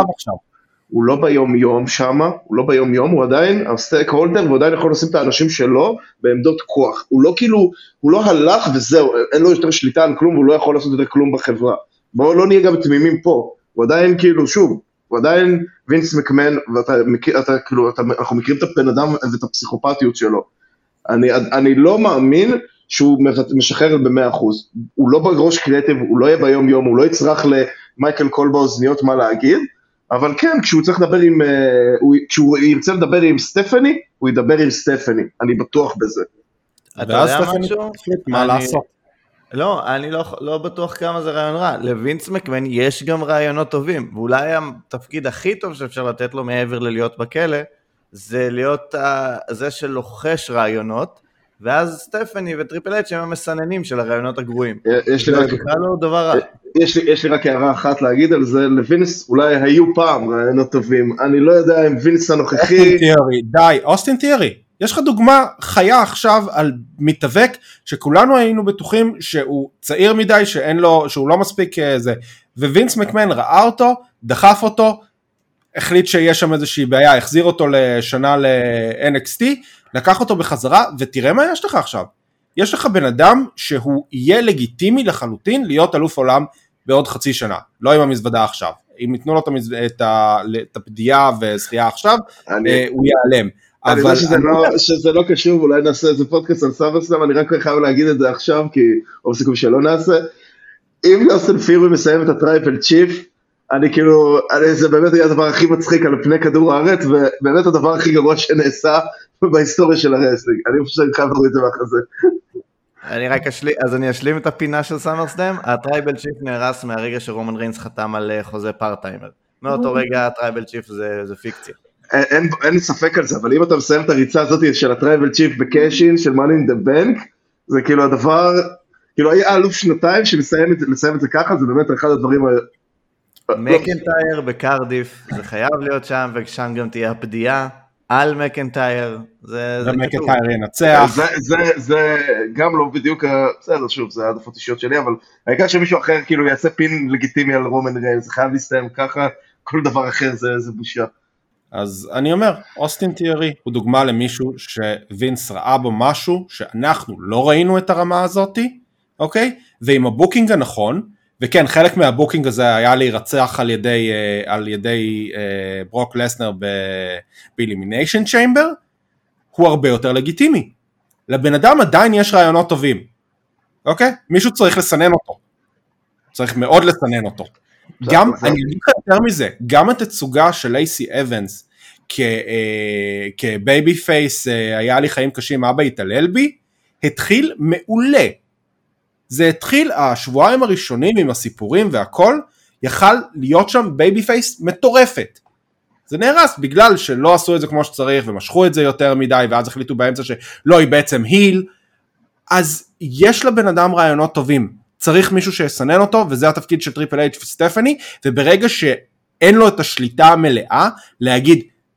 הוא לא ביום יום שמה, הוא לא ביום יום, הוא עדיין הסטייק הולדר, והוא עדיין יכול לשים את האנשים שלו בעמדות כוח, הוא לא כאילו, הוא לא הלך וזהו, אין לו יותר שליטה על כלום, והוא לא יכול לעשות יותר כלום בחברה, בואו לא נהיה גם תמימים פה, הוא עדיין כאילו, שוב, הוא עדיין וינס מקמן, ואתה מכיר, אתה כאילו, אתה, אנחנו מכירים את הבן אדם ואת הפסיכופתיות שלו, אני, אני לא מאמין שהוא משחרר ב-מאה אחוז, הוא לא בראש קריאטיב, הוא לא יהיה ביום יום, הוא לא יצרח למייקל קול באוזניות מה להגיד, אבל כן, כשהוא צריך לדבר עם, כשהוא ירצה לדבר עם סטפני, הוא ידבר עם סטפני, אני בטוח בזה. אתה יודע משהו? מה לעשות? לא, אני לא, לא בטוח כמה זה רעיון רע. לווינס מקמן יש גם רעיונות טובים, ואולי התפקיד הכי טוב שאפשר לתת לו מעבר ללהיות בכלא, זה להיות זה שלוחש רעיונות, ואז סטפני וטריפל אייץ' הם המסננים של הרעיונות הגרועים. יש לי רק... לא דבר רע. יש לי, יש לי רק הערה אחת להגיד על זה, לווינס אולי היו פעם רעיונות טובים, אני לא יודע אם וינס הנוכחי... אוסטין תיארי, די, אוסטין תיארי, יש לך דוגמה חיה עכשיו על מתאבק, שכולנו היינו בטוחים שהוא צעיר מדי, שאין לו, שהוא לא מספיק זה, ווינס מקמן ראה אותו, דחף אותו, החליט שיש שם איזושהי בעיה, החזיר אותו לשנה ל-אן אקס טי, לקח אותו בחזרה, ותראה מה יש לך עכשיו. יש לך בן אדם שהוא יהיה לגיטימי לחלוטין להיות אלוף עולם בעוד חצי שנה, לא עם המזוודה עכשיו. אם ייתנו לו את הפדיעה וזכייה עכשיו, אני, הוא ייעלם. אני יודע שזה, לא, שזה לא קשור, אולי נעשה איזה פודקאסט על סאברסלאם, אני רק חייב להגיד את זה עכשיו, כי או סיכוי שלא נעשה. אם אוסטין תיארי מסיים את הטרייבל צ'יף, אני כאילו, אני, זה באמת היה הדבר הכי מצחיק על פני כדור הארץ, ובאמת הדבר הכי גרוע שנעשה בהיסטוריה של הרסלינג. אני חושב שאני חייב להוריד את זה מהחזה. אני רק אשלים, אז אני אשלים את הפינה של סאמרסלאם. הטרייבל צ'יף נהרס מהרגע שרומן ריינס חתם על חוזה פארטיימר. מאותו רגע הטרייבל צ'יף זה, זה פיקציה. אין, אין ספק על זה, אבל אם אתה מסיים את הריצה הזאת של הטרייבל צ'יף בקאשין של Money in the Bank, זה כאילו הדבר, כאילו היה אלוף שנתיים שמסיים את זה ככה, זה באמת אחד הדברים... מקנטייר בקרדיף, זה חייב להיות שם, ושם גם תהיה הפדיעה על מקנטייר, זה מקנטייר ינצח. זה, זה, זה גם לא בדיוק, בסדר, שוב, זה העדפות אישיות שלי, אבל העיקר שמישהו אחר כאילו יעשה פין לגיטימי על רומן ריינס, זה חייב להסתיים ככה, כל דבר אחר זה, זה בושה. אז אני אומר, אוסטין תיארי הוא דוגמה למישהו שווינס ראה בו משהו שאנחנו לא ראינו את הרמה הזאת, אוקיי? ועם הבוקינג הנכון, וכן, חלק מהבוקינג הזה היה להירצח על ידי, על ידי ברוק לסנר באלימיניישן צ'יימבר, הוא הרבה יותר לגיטימי. לבן אדם עדיין יש רעיונות טובים, אוקיי? מישהו צריך לסנן אותו. צריך מאוד לסנן אותו. גם, אני אגיד לך יותר מזה, גם התצוגה של לייסי אבנס, כבייבי פייס, היה לי חיים קשים, אבא התעלל בי, התחיל מעולה. זה התחיל, השבועיים הראשונים עם הסיפורים והכל, יכל להיות שם בייבי פייס מטורפת. זה נהרס בגלל שלא עשו את זה כמו שצריך, ומשכו את זה יותר מדי, ואז החליטו באמצע שלא, היא בעצם היל. אז יש לבן אדם רעיונות טובים, צריך מישהו שיסנן אותו, וזה התפקיד של טריפל אייץ' וסטפני, וברגע שאין לו את השליטה המלאה, להגיד,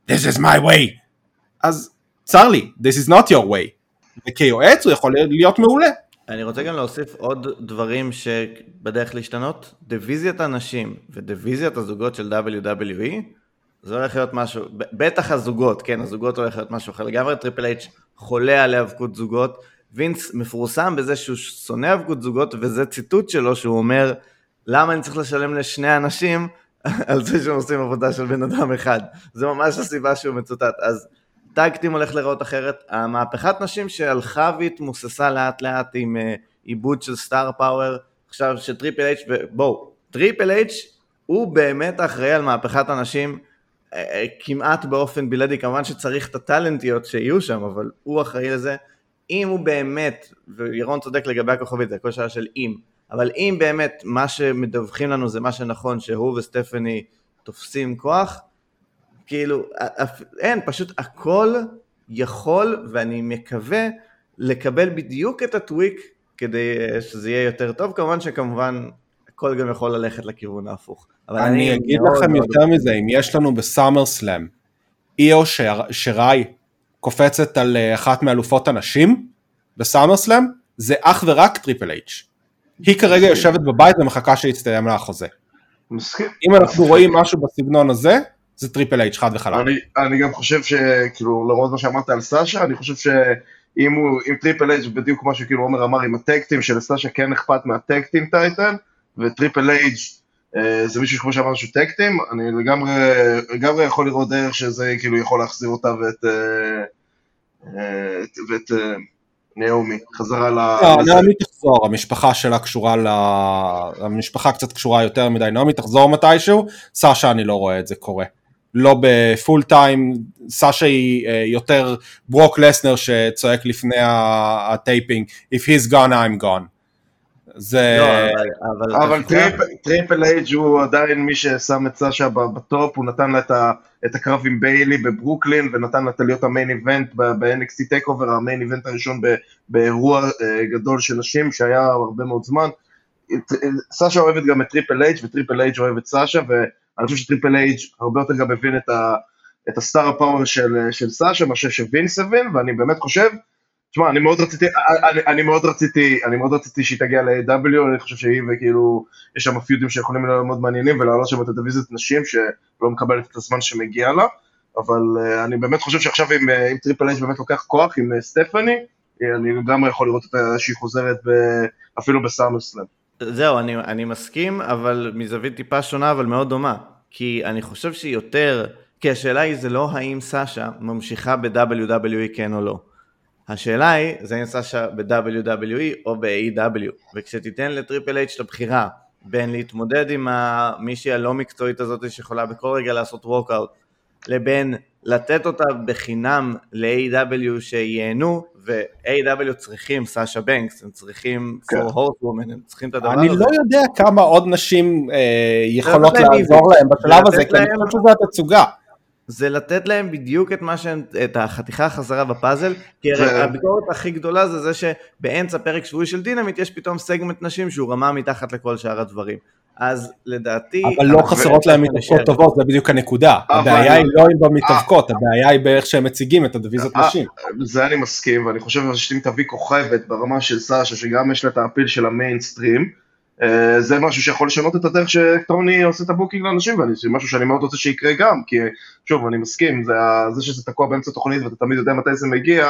this is my way. אז צר לי, this is not your way. וכיועץ הוא יכול להיות מעולה. אני רוצה גם להוסיף עוד דברים שבדרך להשתנות. דיוויזיית הנשים ודיוויזיית הזוגות של דאבליו דאבליו אי, זה הולך להיות משהו, בטח הזוגות, כן, הזוגות הולך להיות משהו אחר. לגמרי טריפל אייץ' חולה על האבקות זוגות, וינס מפורסם בזה שהוא שונא אבקות זוגות, וזה ציטוט שלו שהוא אומר, למה אני צריך לשלם לשני אנשים על זה שהם עושים עבודה של בן אדם אחד? זה ממש הסיבה שהוא מצוטט. אז טאג-טים הולך לראות אחרת. המהפכת נשים שהלכה והתמוססה לאט לאט עם עיבוד של סטאר פאוור, עכשיו שטריפל אייץ' ובואו, טריפל אייץ' הוא באמת אחראי על מהפכת הנשים, כמעט באופן בלעדי, כמובן שצריך את הטלנטיות שיהיו שם, אבל הוא אחראי לזה. אם הוא באמת, וירון צודק לגבי הכוכבית, זה הכל שאלה של אם, אבל אם באמת מה שמדווחים לנו זה מה שנכון, שהוא וסטפני תופסים כוח, כאילו, אין, פשוט הכל יכול, ואני מקווה לקבל בדיוק את הטוויק, כדי שזה יהיה יותר טוב, כמובן שכמובן הכל גם יכול ללכת לכיוון ההפוך. אני, אני אגיד לכם מאוד יותר מאוד מזה, אם יש לנו בסאמר סלאם, איו שראי קופצת על אחת מאלופות הנשים, בסאמר סלאם, זה אך ורק טריפל אייץ'. היא כרגע יושבת בבית ומחכה שיצטיים לה החוזה. מסכים. אם אנחנו רואים משהו בסגנון הזה, זה טריפל אייץ' חד וחלק. אני, אני גם חושב שכאילו, למרות מה שאמרת על סאשה, אני חושב שאם הוא, אם טריפל אייץ' בדיוק כמו שכאילו עומר אמר, עם הטקטים של סאשה כן אכפת מהטקטים טייטל, וטריפל אייץ' זה מישהו כמו שאמר שהוא טקטים, אני לגמרי, לגמרי יכול לראות דרך שזה כאילו יכול להחזיר אותה ואת, ואת, ואת נעמי, חזרה ל... לא, נעמי תחזור, המשפחה שלה קשורה ל... המשפחה קצת קשורה יותר מדי, נעמי תחזור מתישהו, סאשה אני לא רואה את זה קורה. לא בפול טיים, סאשה היא יותר ברוק לסנר שצועק לפני הטייפינג, if he's gone, I'm gone. זה... אבל, אבל טריפל אייץ' הוא עדיין מי ששם את סאשה בטופ, הוא נתן לה את הקרב עם ביילי בברוקלין, ונתן לה להיות המיין איבנט ב-אן אקס טי טייק אובר, המיין איבנט הראשון באירוע גדול של נשים, שהיה הרבה מאוד זמן. סאשה אוהבת גם את טריפל אייץ' וטריפל אייץ' אוהב את סאשה, ואני חושב שטריפל אייץ' הרבה יותר גם הבין את הסטאר הפאוור של סאשה, מה שווינס הבין, ואני באמת חושב, תשמע, אני מאוד רציתי, אני, אני מאוד רציתי, אני מאוד רציתי שהיא תגיע ל-איי דאבליו, אני חושב שהיא וכאילו, יש שם פיודים שיכולים להיות מאוד מעניינים, ולהעלות שם את הדיוויזיית נשים, שלא מקבלת את הזמן שמגיע לה, אבל uh, אני באמת חושב שעכשיו אם, אם טריפל אייץ' באמת לוקח כוח עם סטפני, אני גם יכול לראות אותה שהיא חוזרת ב, אפילו בסאמרסלאם. זהו, אני, אני מסכים, אבל מזווית טיפה שונה, אבל מאוד דומה, כי אני חושב שהיא יותר, כי השאלה היא זה לא האם סאשה ממשיכה ב-דאבליו דאבליו אי כן או לא. השאלה היא, זה אם סאשה ב-דאבליו דאבליו אי או ב-איי דאבליו, וכשתיתן לטריפל אייץ' את הבחירה, בין להתמודד עם מישהי הלא מקצועית הזאת שיכולה בכל רגע לעשות וורקאוט, לבין לתת אותה בחינם ל-איי דאבליו שיהנו, ו-איי דאבליו צריכים סאשה בנקס, הם צריכים פור הורסוומן, הם צריכים את הדבר הזה. אני לא יודע כמה עוד נשים יכולות לעזור להם בשלב הזה, כי אני חושב שזה התצוגה. זה לתת להם בדיוק את מה שהם, את החתיכה החזרה בפאזל, כי הביקורת הכי גדולה זה זה שבאמצע פרק שבועי של דינמיט יש פתאום סגמנט נשים שהוא רמה מתחת לכל שאר הדברים. אז לדעתי... אבל לא חסרות להם מתאבקות טובות, זה בדיוק הנקודה. הבעיה היא לא עם במתאבקות, הבעיה היא באיך שהם מציגים את הדיוויזיות נשים. זה אני מסכים, ואני חושב שאם תביא כוכבת ברמה של סאשה, שגם יש לה את האפיל של המיינסטרים, זה משהו שיכול לשנות את הדרך שטוני עושה את הבוקינג לאנשים, וזה משהו שאני מאוד רוצה שיקרה גם, כי שוב, אני מסכים, זה, זה שזה תקוע באמצע תוכנית, ואתה תמיד יודע מתי זה מגיע,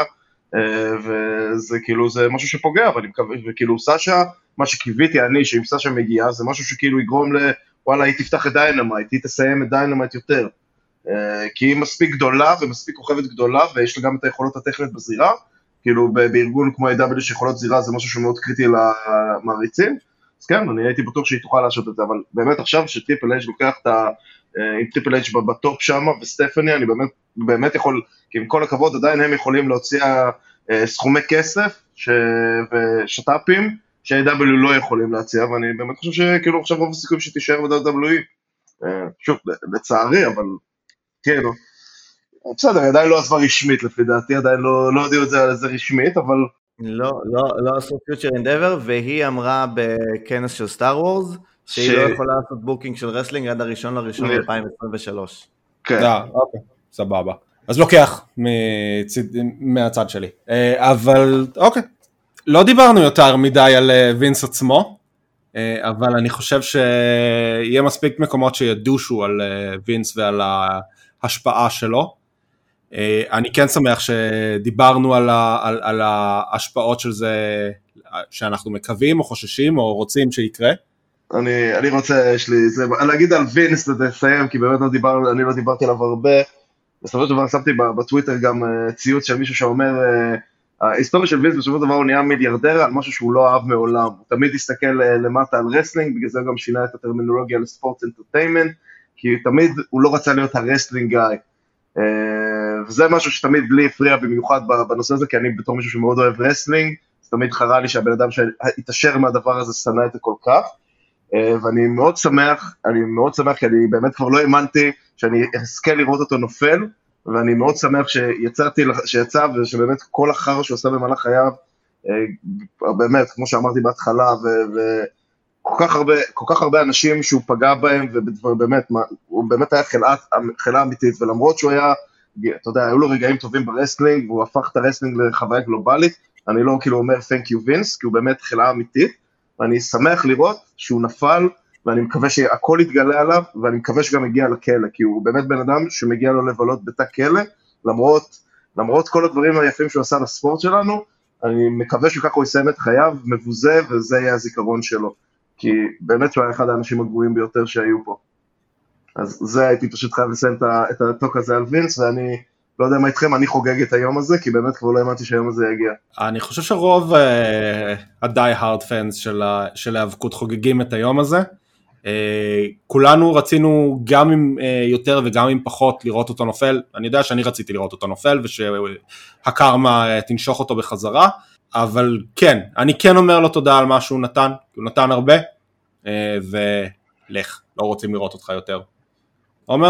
וזה כאילו, זה משהו שפוגע, אבל אני מקווה, וכאילו סאשה, מה שקיוויתי אני, שאם סאשה מגיע, זה משהו שכאילו יגרום ל, וואלה, היא תפתח את דיינמייט, היא תסיים את דיינמייט יותר, כי היא מספיק גדולה, ומספיק כוכבת גדולה, ויש לה גם את היכולות הטכניות בזירה, כאילו בארגון כמו איי דאבליו שיכולות זירה, זה משהו שמאוד קריטי למעריצים, אז כן, אני הייתי בטוח שהיא תוכל לעשות את זה, אבל באמת עכשיו שטריפל אייץ' לוקח את ה... עם טריפל אייץ' בטופ שם, וסטפני, אני באמת, באמת יכול, כי עם כל הכבוד, עדיין הם יכולים להוציא סכומי כסף ש... ושטאפים, ש-איי דאבליו לא יכולים להציע, ואני באמת חושב שכאילו עכשיו רוב הסיכויים שתישאר ב-דאבליו דאבליו אי. שוב, לצערי, אבל כאילו, בסדר, עדיין לא עזבה רשמית לפי דעתי, עדיין לא, לא הודיעו את זה על איזה רשמית, אבל... לא, לא, לא עשו פיוטר אנדבר, והיא אמרה בכנס של סטאר וורס, שהיא לא יכולה לעשות בוקינג של רסלינג עד הראשון לראשון ב-אלפיים עשרים ושלוש. כן. אוקיי, סבבה. אז לוקח מצד, מהצד שלי. אבל אוקיי, לא דיברנו יותר מדי על וינס עצמו, אבל אני חושב שיהיה מספיק מקומות שידושו על וינס ועל ההשפעה שלו. אני כן שמח שדיברנו על, ה, על, על ההשפעות של זה, שאנחנו מקווים או חוששים או רוצים שיקרה. אני, אני רוצה, יש לי, זה, להגיד על וינס לסיים, כי באמת לא דיבר, אני לא דיברתי עליו הרבה. בסופו של דבר שמתי בטוויטר גם ציוץ של מישהו שאומר, ההיסטוריה של וינס בסופו של דבר הוא נהיה מיליארדר על משהו שהוא לא אהב מעולם. הוא תמיד הסתכל למטה על רסלינג, בגלל זה גם שינה את הטרמינולוגיה לספורט אנטרטיימנט, כי תמיד הוא לא רצה להיות הרסלינג גאי. וזה משהו שתמיד לי הפריע במיוחד בנושא הזה, כי אני בתור מישהו שמאוד אוהב רסלינג, אז תמיד חרה לי שהבן אדם שהתאשר מהדבר הזה שנא את זה כל כך. ואני מאוד שמח, אני מאוד שמח, כי אני באמת כבר לא האמנתי שאני אזכה לראות אותו נופל, ואני מאוד שמח שיצאתי, שיצא, ושבאמת כל החר שהוא עושה במהלך חייו, באמת, כמו שאמרתי בהתחלה, וכל כך הרבה, כל כך הרבה אנשים שהוא פגע בהם, ובאמת, הוא באמת היה חלה אמיתית, ולמרות שהוא היה, אתה יודע, היו לו רגעים טובים ברסלינג, והוא הפך את הרסלינג לחוויה גלובלית, אני לא כאילו אומר thank you Vince, כי הוא באמת חלה אמיתית, ואני שמח לראות שהוא נפל, ואני מקווה שהכל יתגלה עליו, ואני מקווה שגם יגיע לכלא, כי הוא באמת בן אדם שמגיע לו לבלות בתא כלא, למרות, למרות כל הדברים היפים שהוא עשה לספורט שלנו, אני מקווה שככה הוא יסיים את חייו, מבוזה, וזה יהיה הזיכרון שלו, כי באמת הוא היה אחד האנשים הגרועים ביותר שהיו פה. אז זה הייתי פשוט חייב לסיים את הטוק הזה על וינס, ואני לא יודע מה איתכם, אני חוגג את היום הזה, כי באמת כבר לא האמנתי שהיום הזה יגיע. אני חושב שרוב הדי הארד פאנס של ההאבקות חוגגים את היום הזה, כולנו רצינו גם עם יותר וגם עם פחות לראות אותו נופל, אני יודע שאני רציתי לראות אותו נופל, ושהקרמה תנשוך אותו בחזרה, אבל כן, אני כן אומר לו תודה על מה שהוא נתן, הוא נתן הרבה, ולך, לא רוצים לראות אותך יותר. עומר?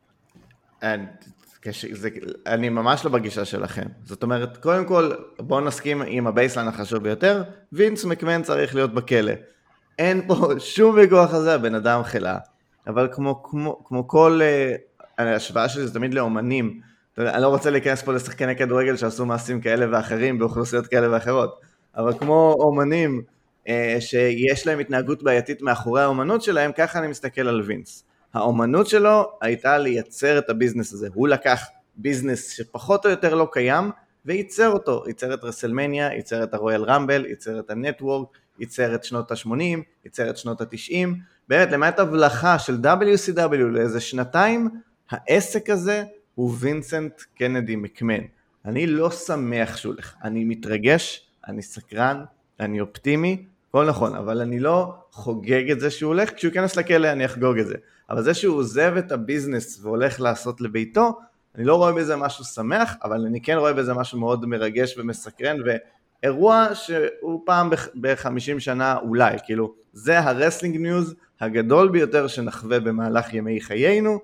אני ממש לא בגישה שלכם, זאת אומרת, קודם כל, בואו נסכים עם הבייסליין החשוב ביותר, וינס מקמן צריך להיות בכלא. אין פה שום ויכוח על זה, הבן אדם חלה, אבל כמו, כמו, כמו כל, ההשוואה שלי זה תמיד לאומנים, אני לא רוצה להיכנס פה לשחקני כדורגל שעשו מעשים כאלה ואחרים, באוכלוסיות כאלה ואחרות, אבל כמו אומנים שיש להם התנהגות בעייתית מאחורי האומנות שלהם, ככה אני מסתכל על וינס. האומנות שלו הייתה לייצר את הביזנס הזה, הוא לקח ביזנס שפחות או יותר לא קיים, וייצר אותו, ייצר את רסלמניה, ייצר את הרויאל רמבל, ייצר את הנטוורק, ייצר את שנות ה-שמונים, ייצר את שנות ה-תשעים, באמת למעט הבלחה של דאבליו סי דאבליו לאיזה שנתיים, העסק הזה הוא וינסנט קנדי מקמן. אני לא שמח שהוא הולך, אני מתרגש, אני סקרן, אני אופטימי, כל נכון, אבל אני לא חוגג את זה שהוא הולך, כשהוא ייכנס לכלא אני אחגוג את זה. אבל זה שהוא עוזב את הביזנס והולך לעשות לביתו, אני לא רואה בזה משהו שמח, אבל אני כן רואה בזה משהו מאוד מרגש ומסקרן, ואירוע שהוא פעם ב-חמישים שנה אולי, כאילו, זה הרסלינג ניוז הגדול ביותר שנחווה במהלך ימי חיינו,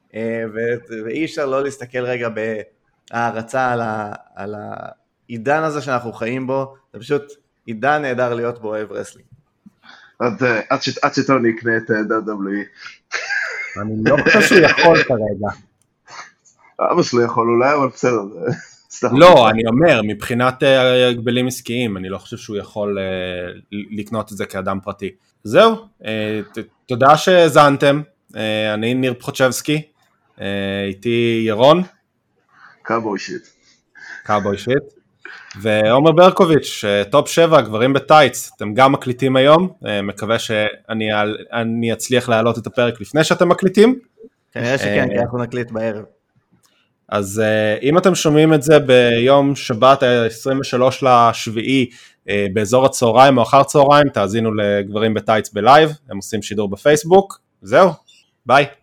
ואי אפשר לא להסתכל רגע בהערצה על, ה- על העידן הזה שאנחנו חיים בו, זה פשוט עידן נהדר להיות בו אוהב רסלינג. עד, עד, ש, עד שטוני יקנה את דאבליו דאבליו אי. אני לא חושב שהוא יכול כרגע. אבא שלו יכול אולי, אבל בסדר. לא, אני אומר, מבחינת הגבלים עסקיים, אני לא חושב שהוא יכול לקנות את זה כאדם פרטי. זהו, תודה שהזנתם, אני ניר פחוצ'בסקי, איתי ירון. קאבוי שיט. קאבוי שיט. ועומר ברקוביץ', טופ שבע, גברים בטייץ, אתם גם מקליטים היום, מקווה שאני אצליח להעלות את הפרק לפני שאתם מקליטים. כנראה שכן, כי אנחנו נקליט בערב. אז אם אתם שומעים את זה ביום שבת ה-עשרים ושלושה לשביעי, באזור הצהריים או אחר צהריים, תאזינו לגברים בטייץ בלייב, הם עושים שידור בפייסבוק, זהו, ביי.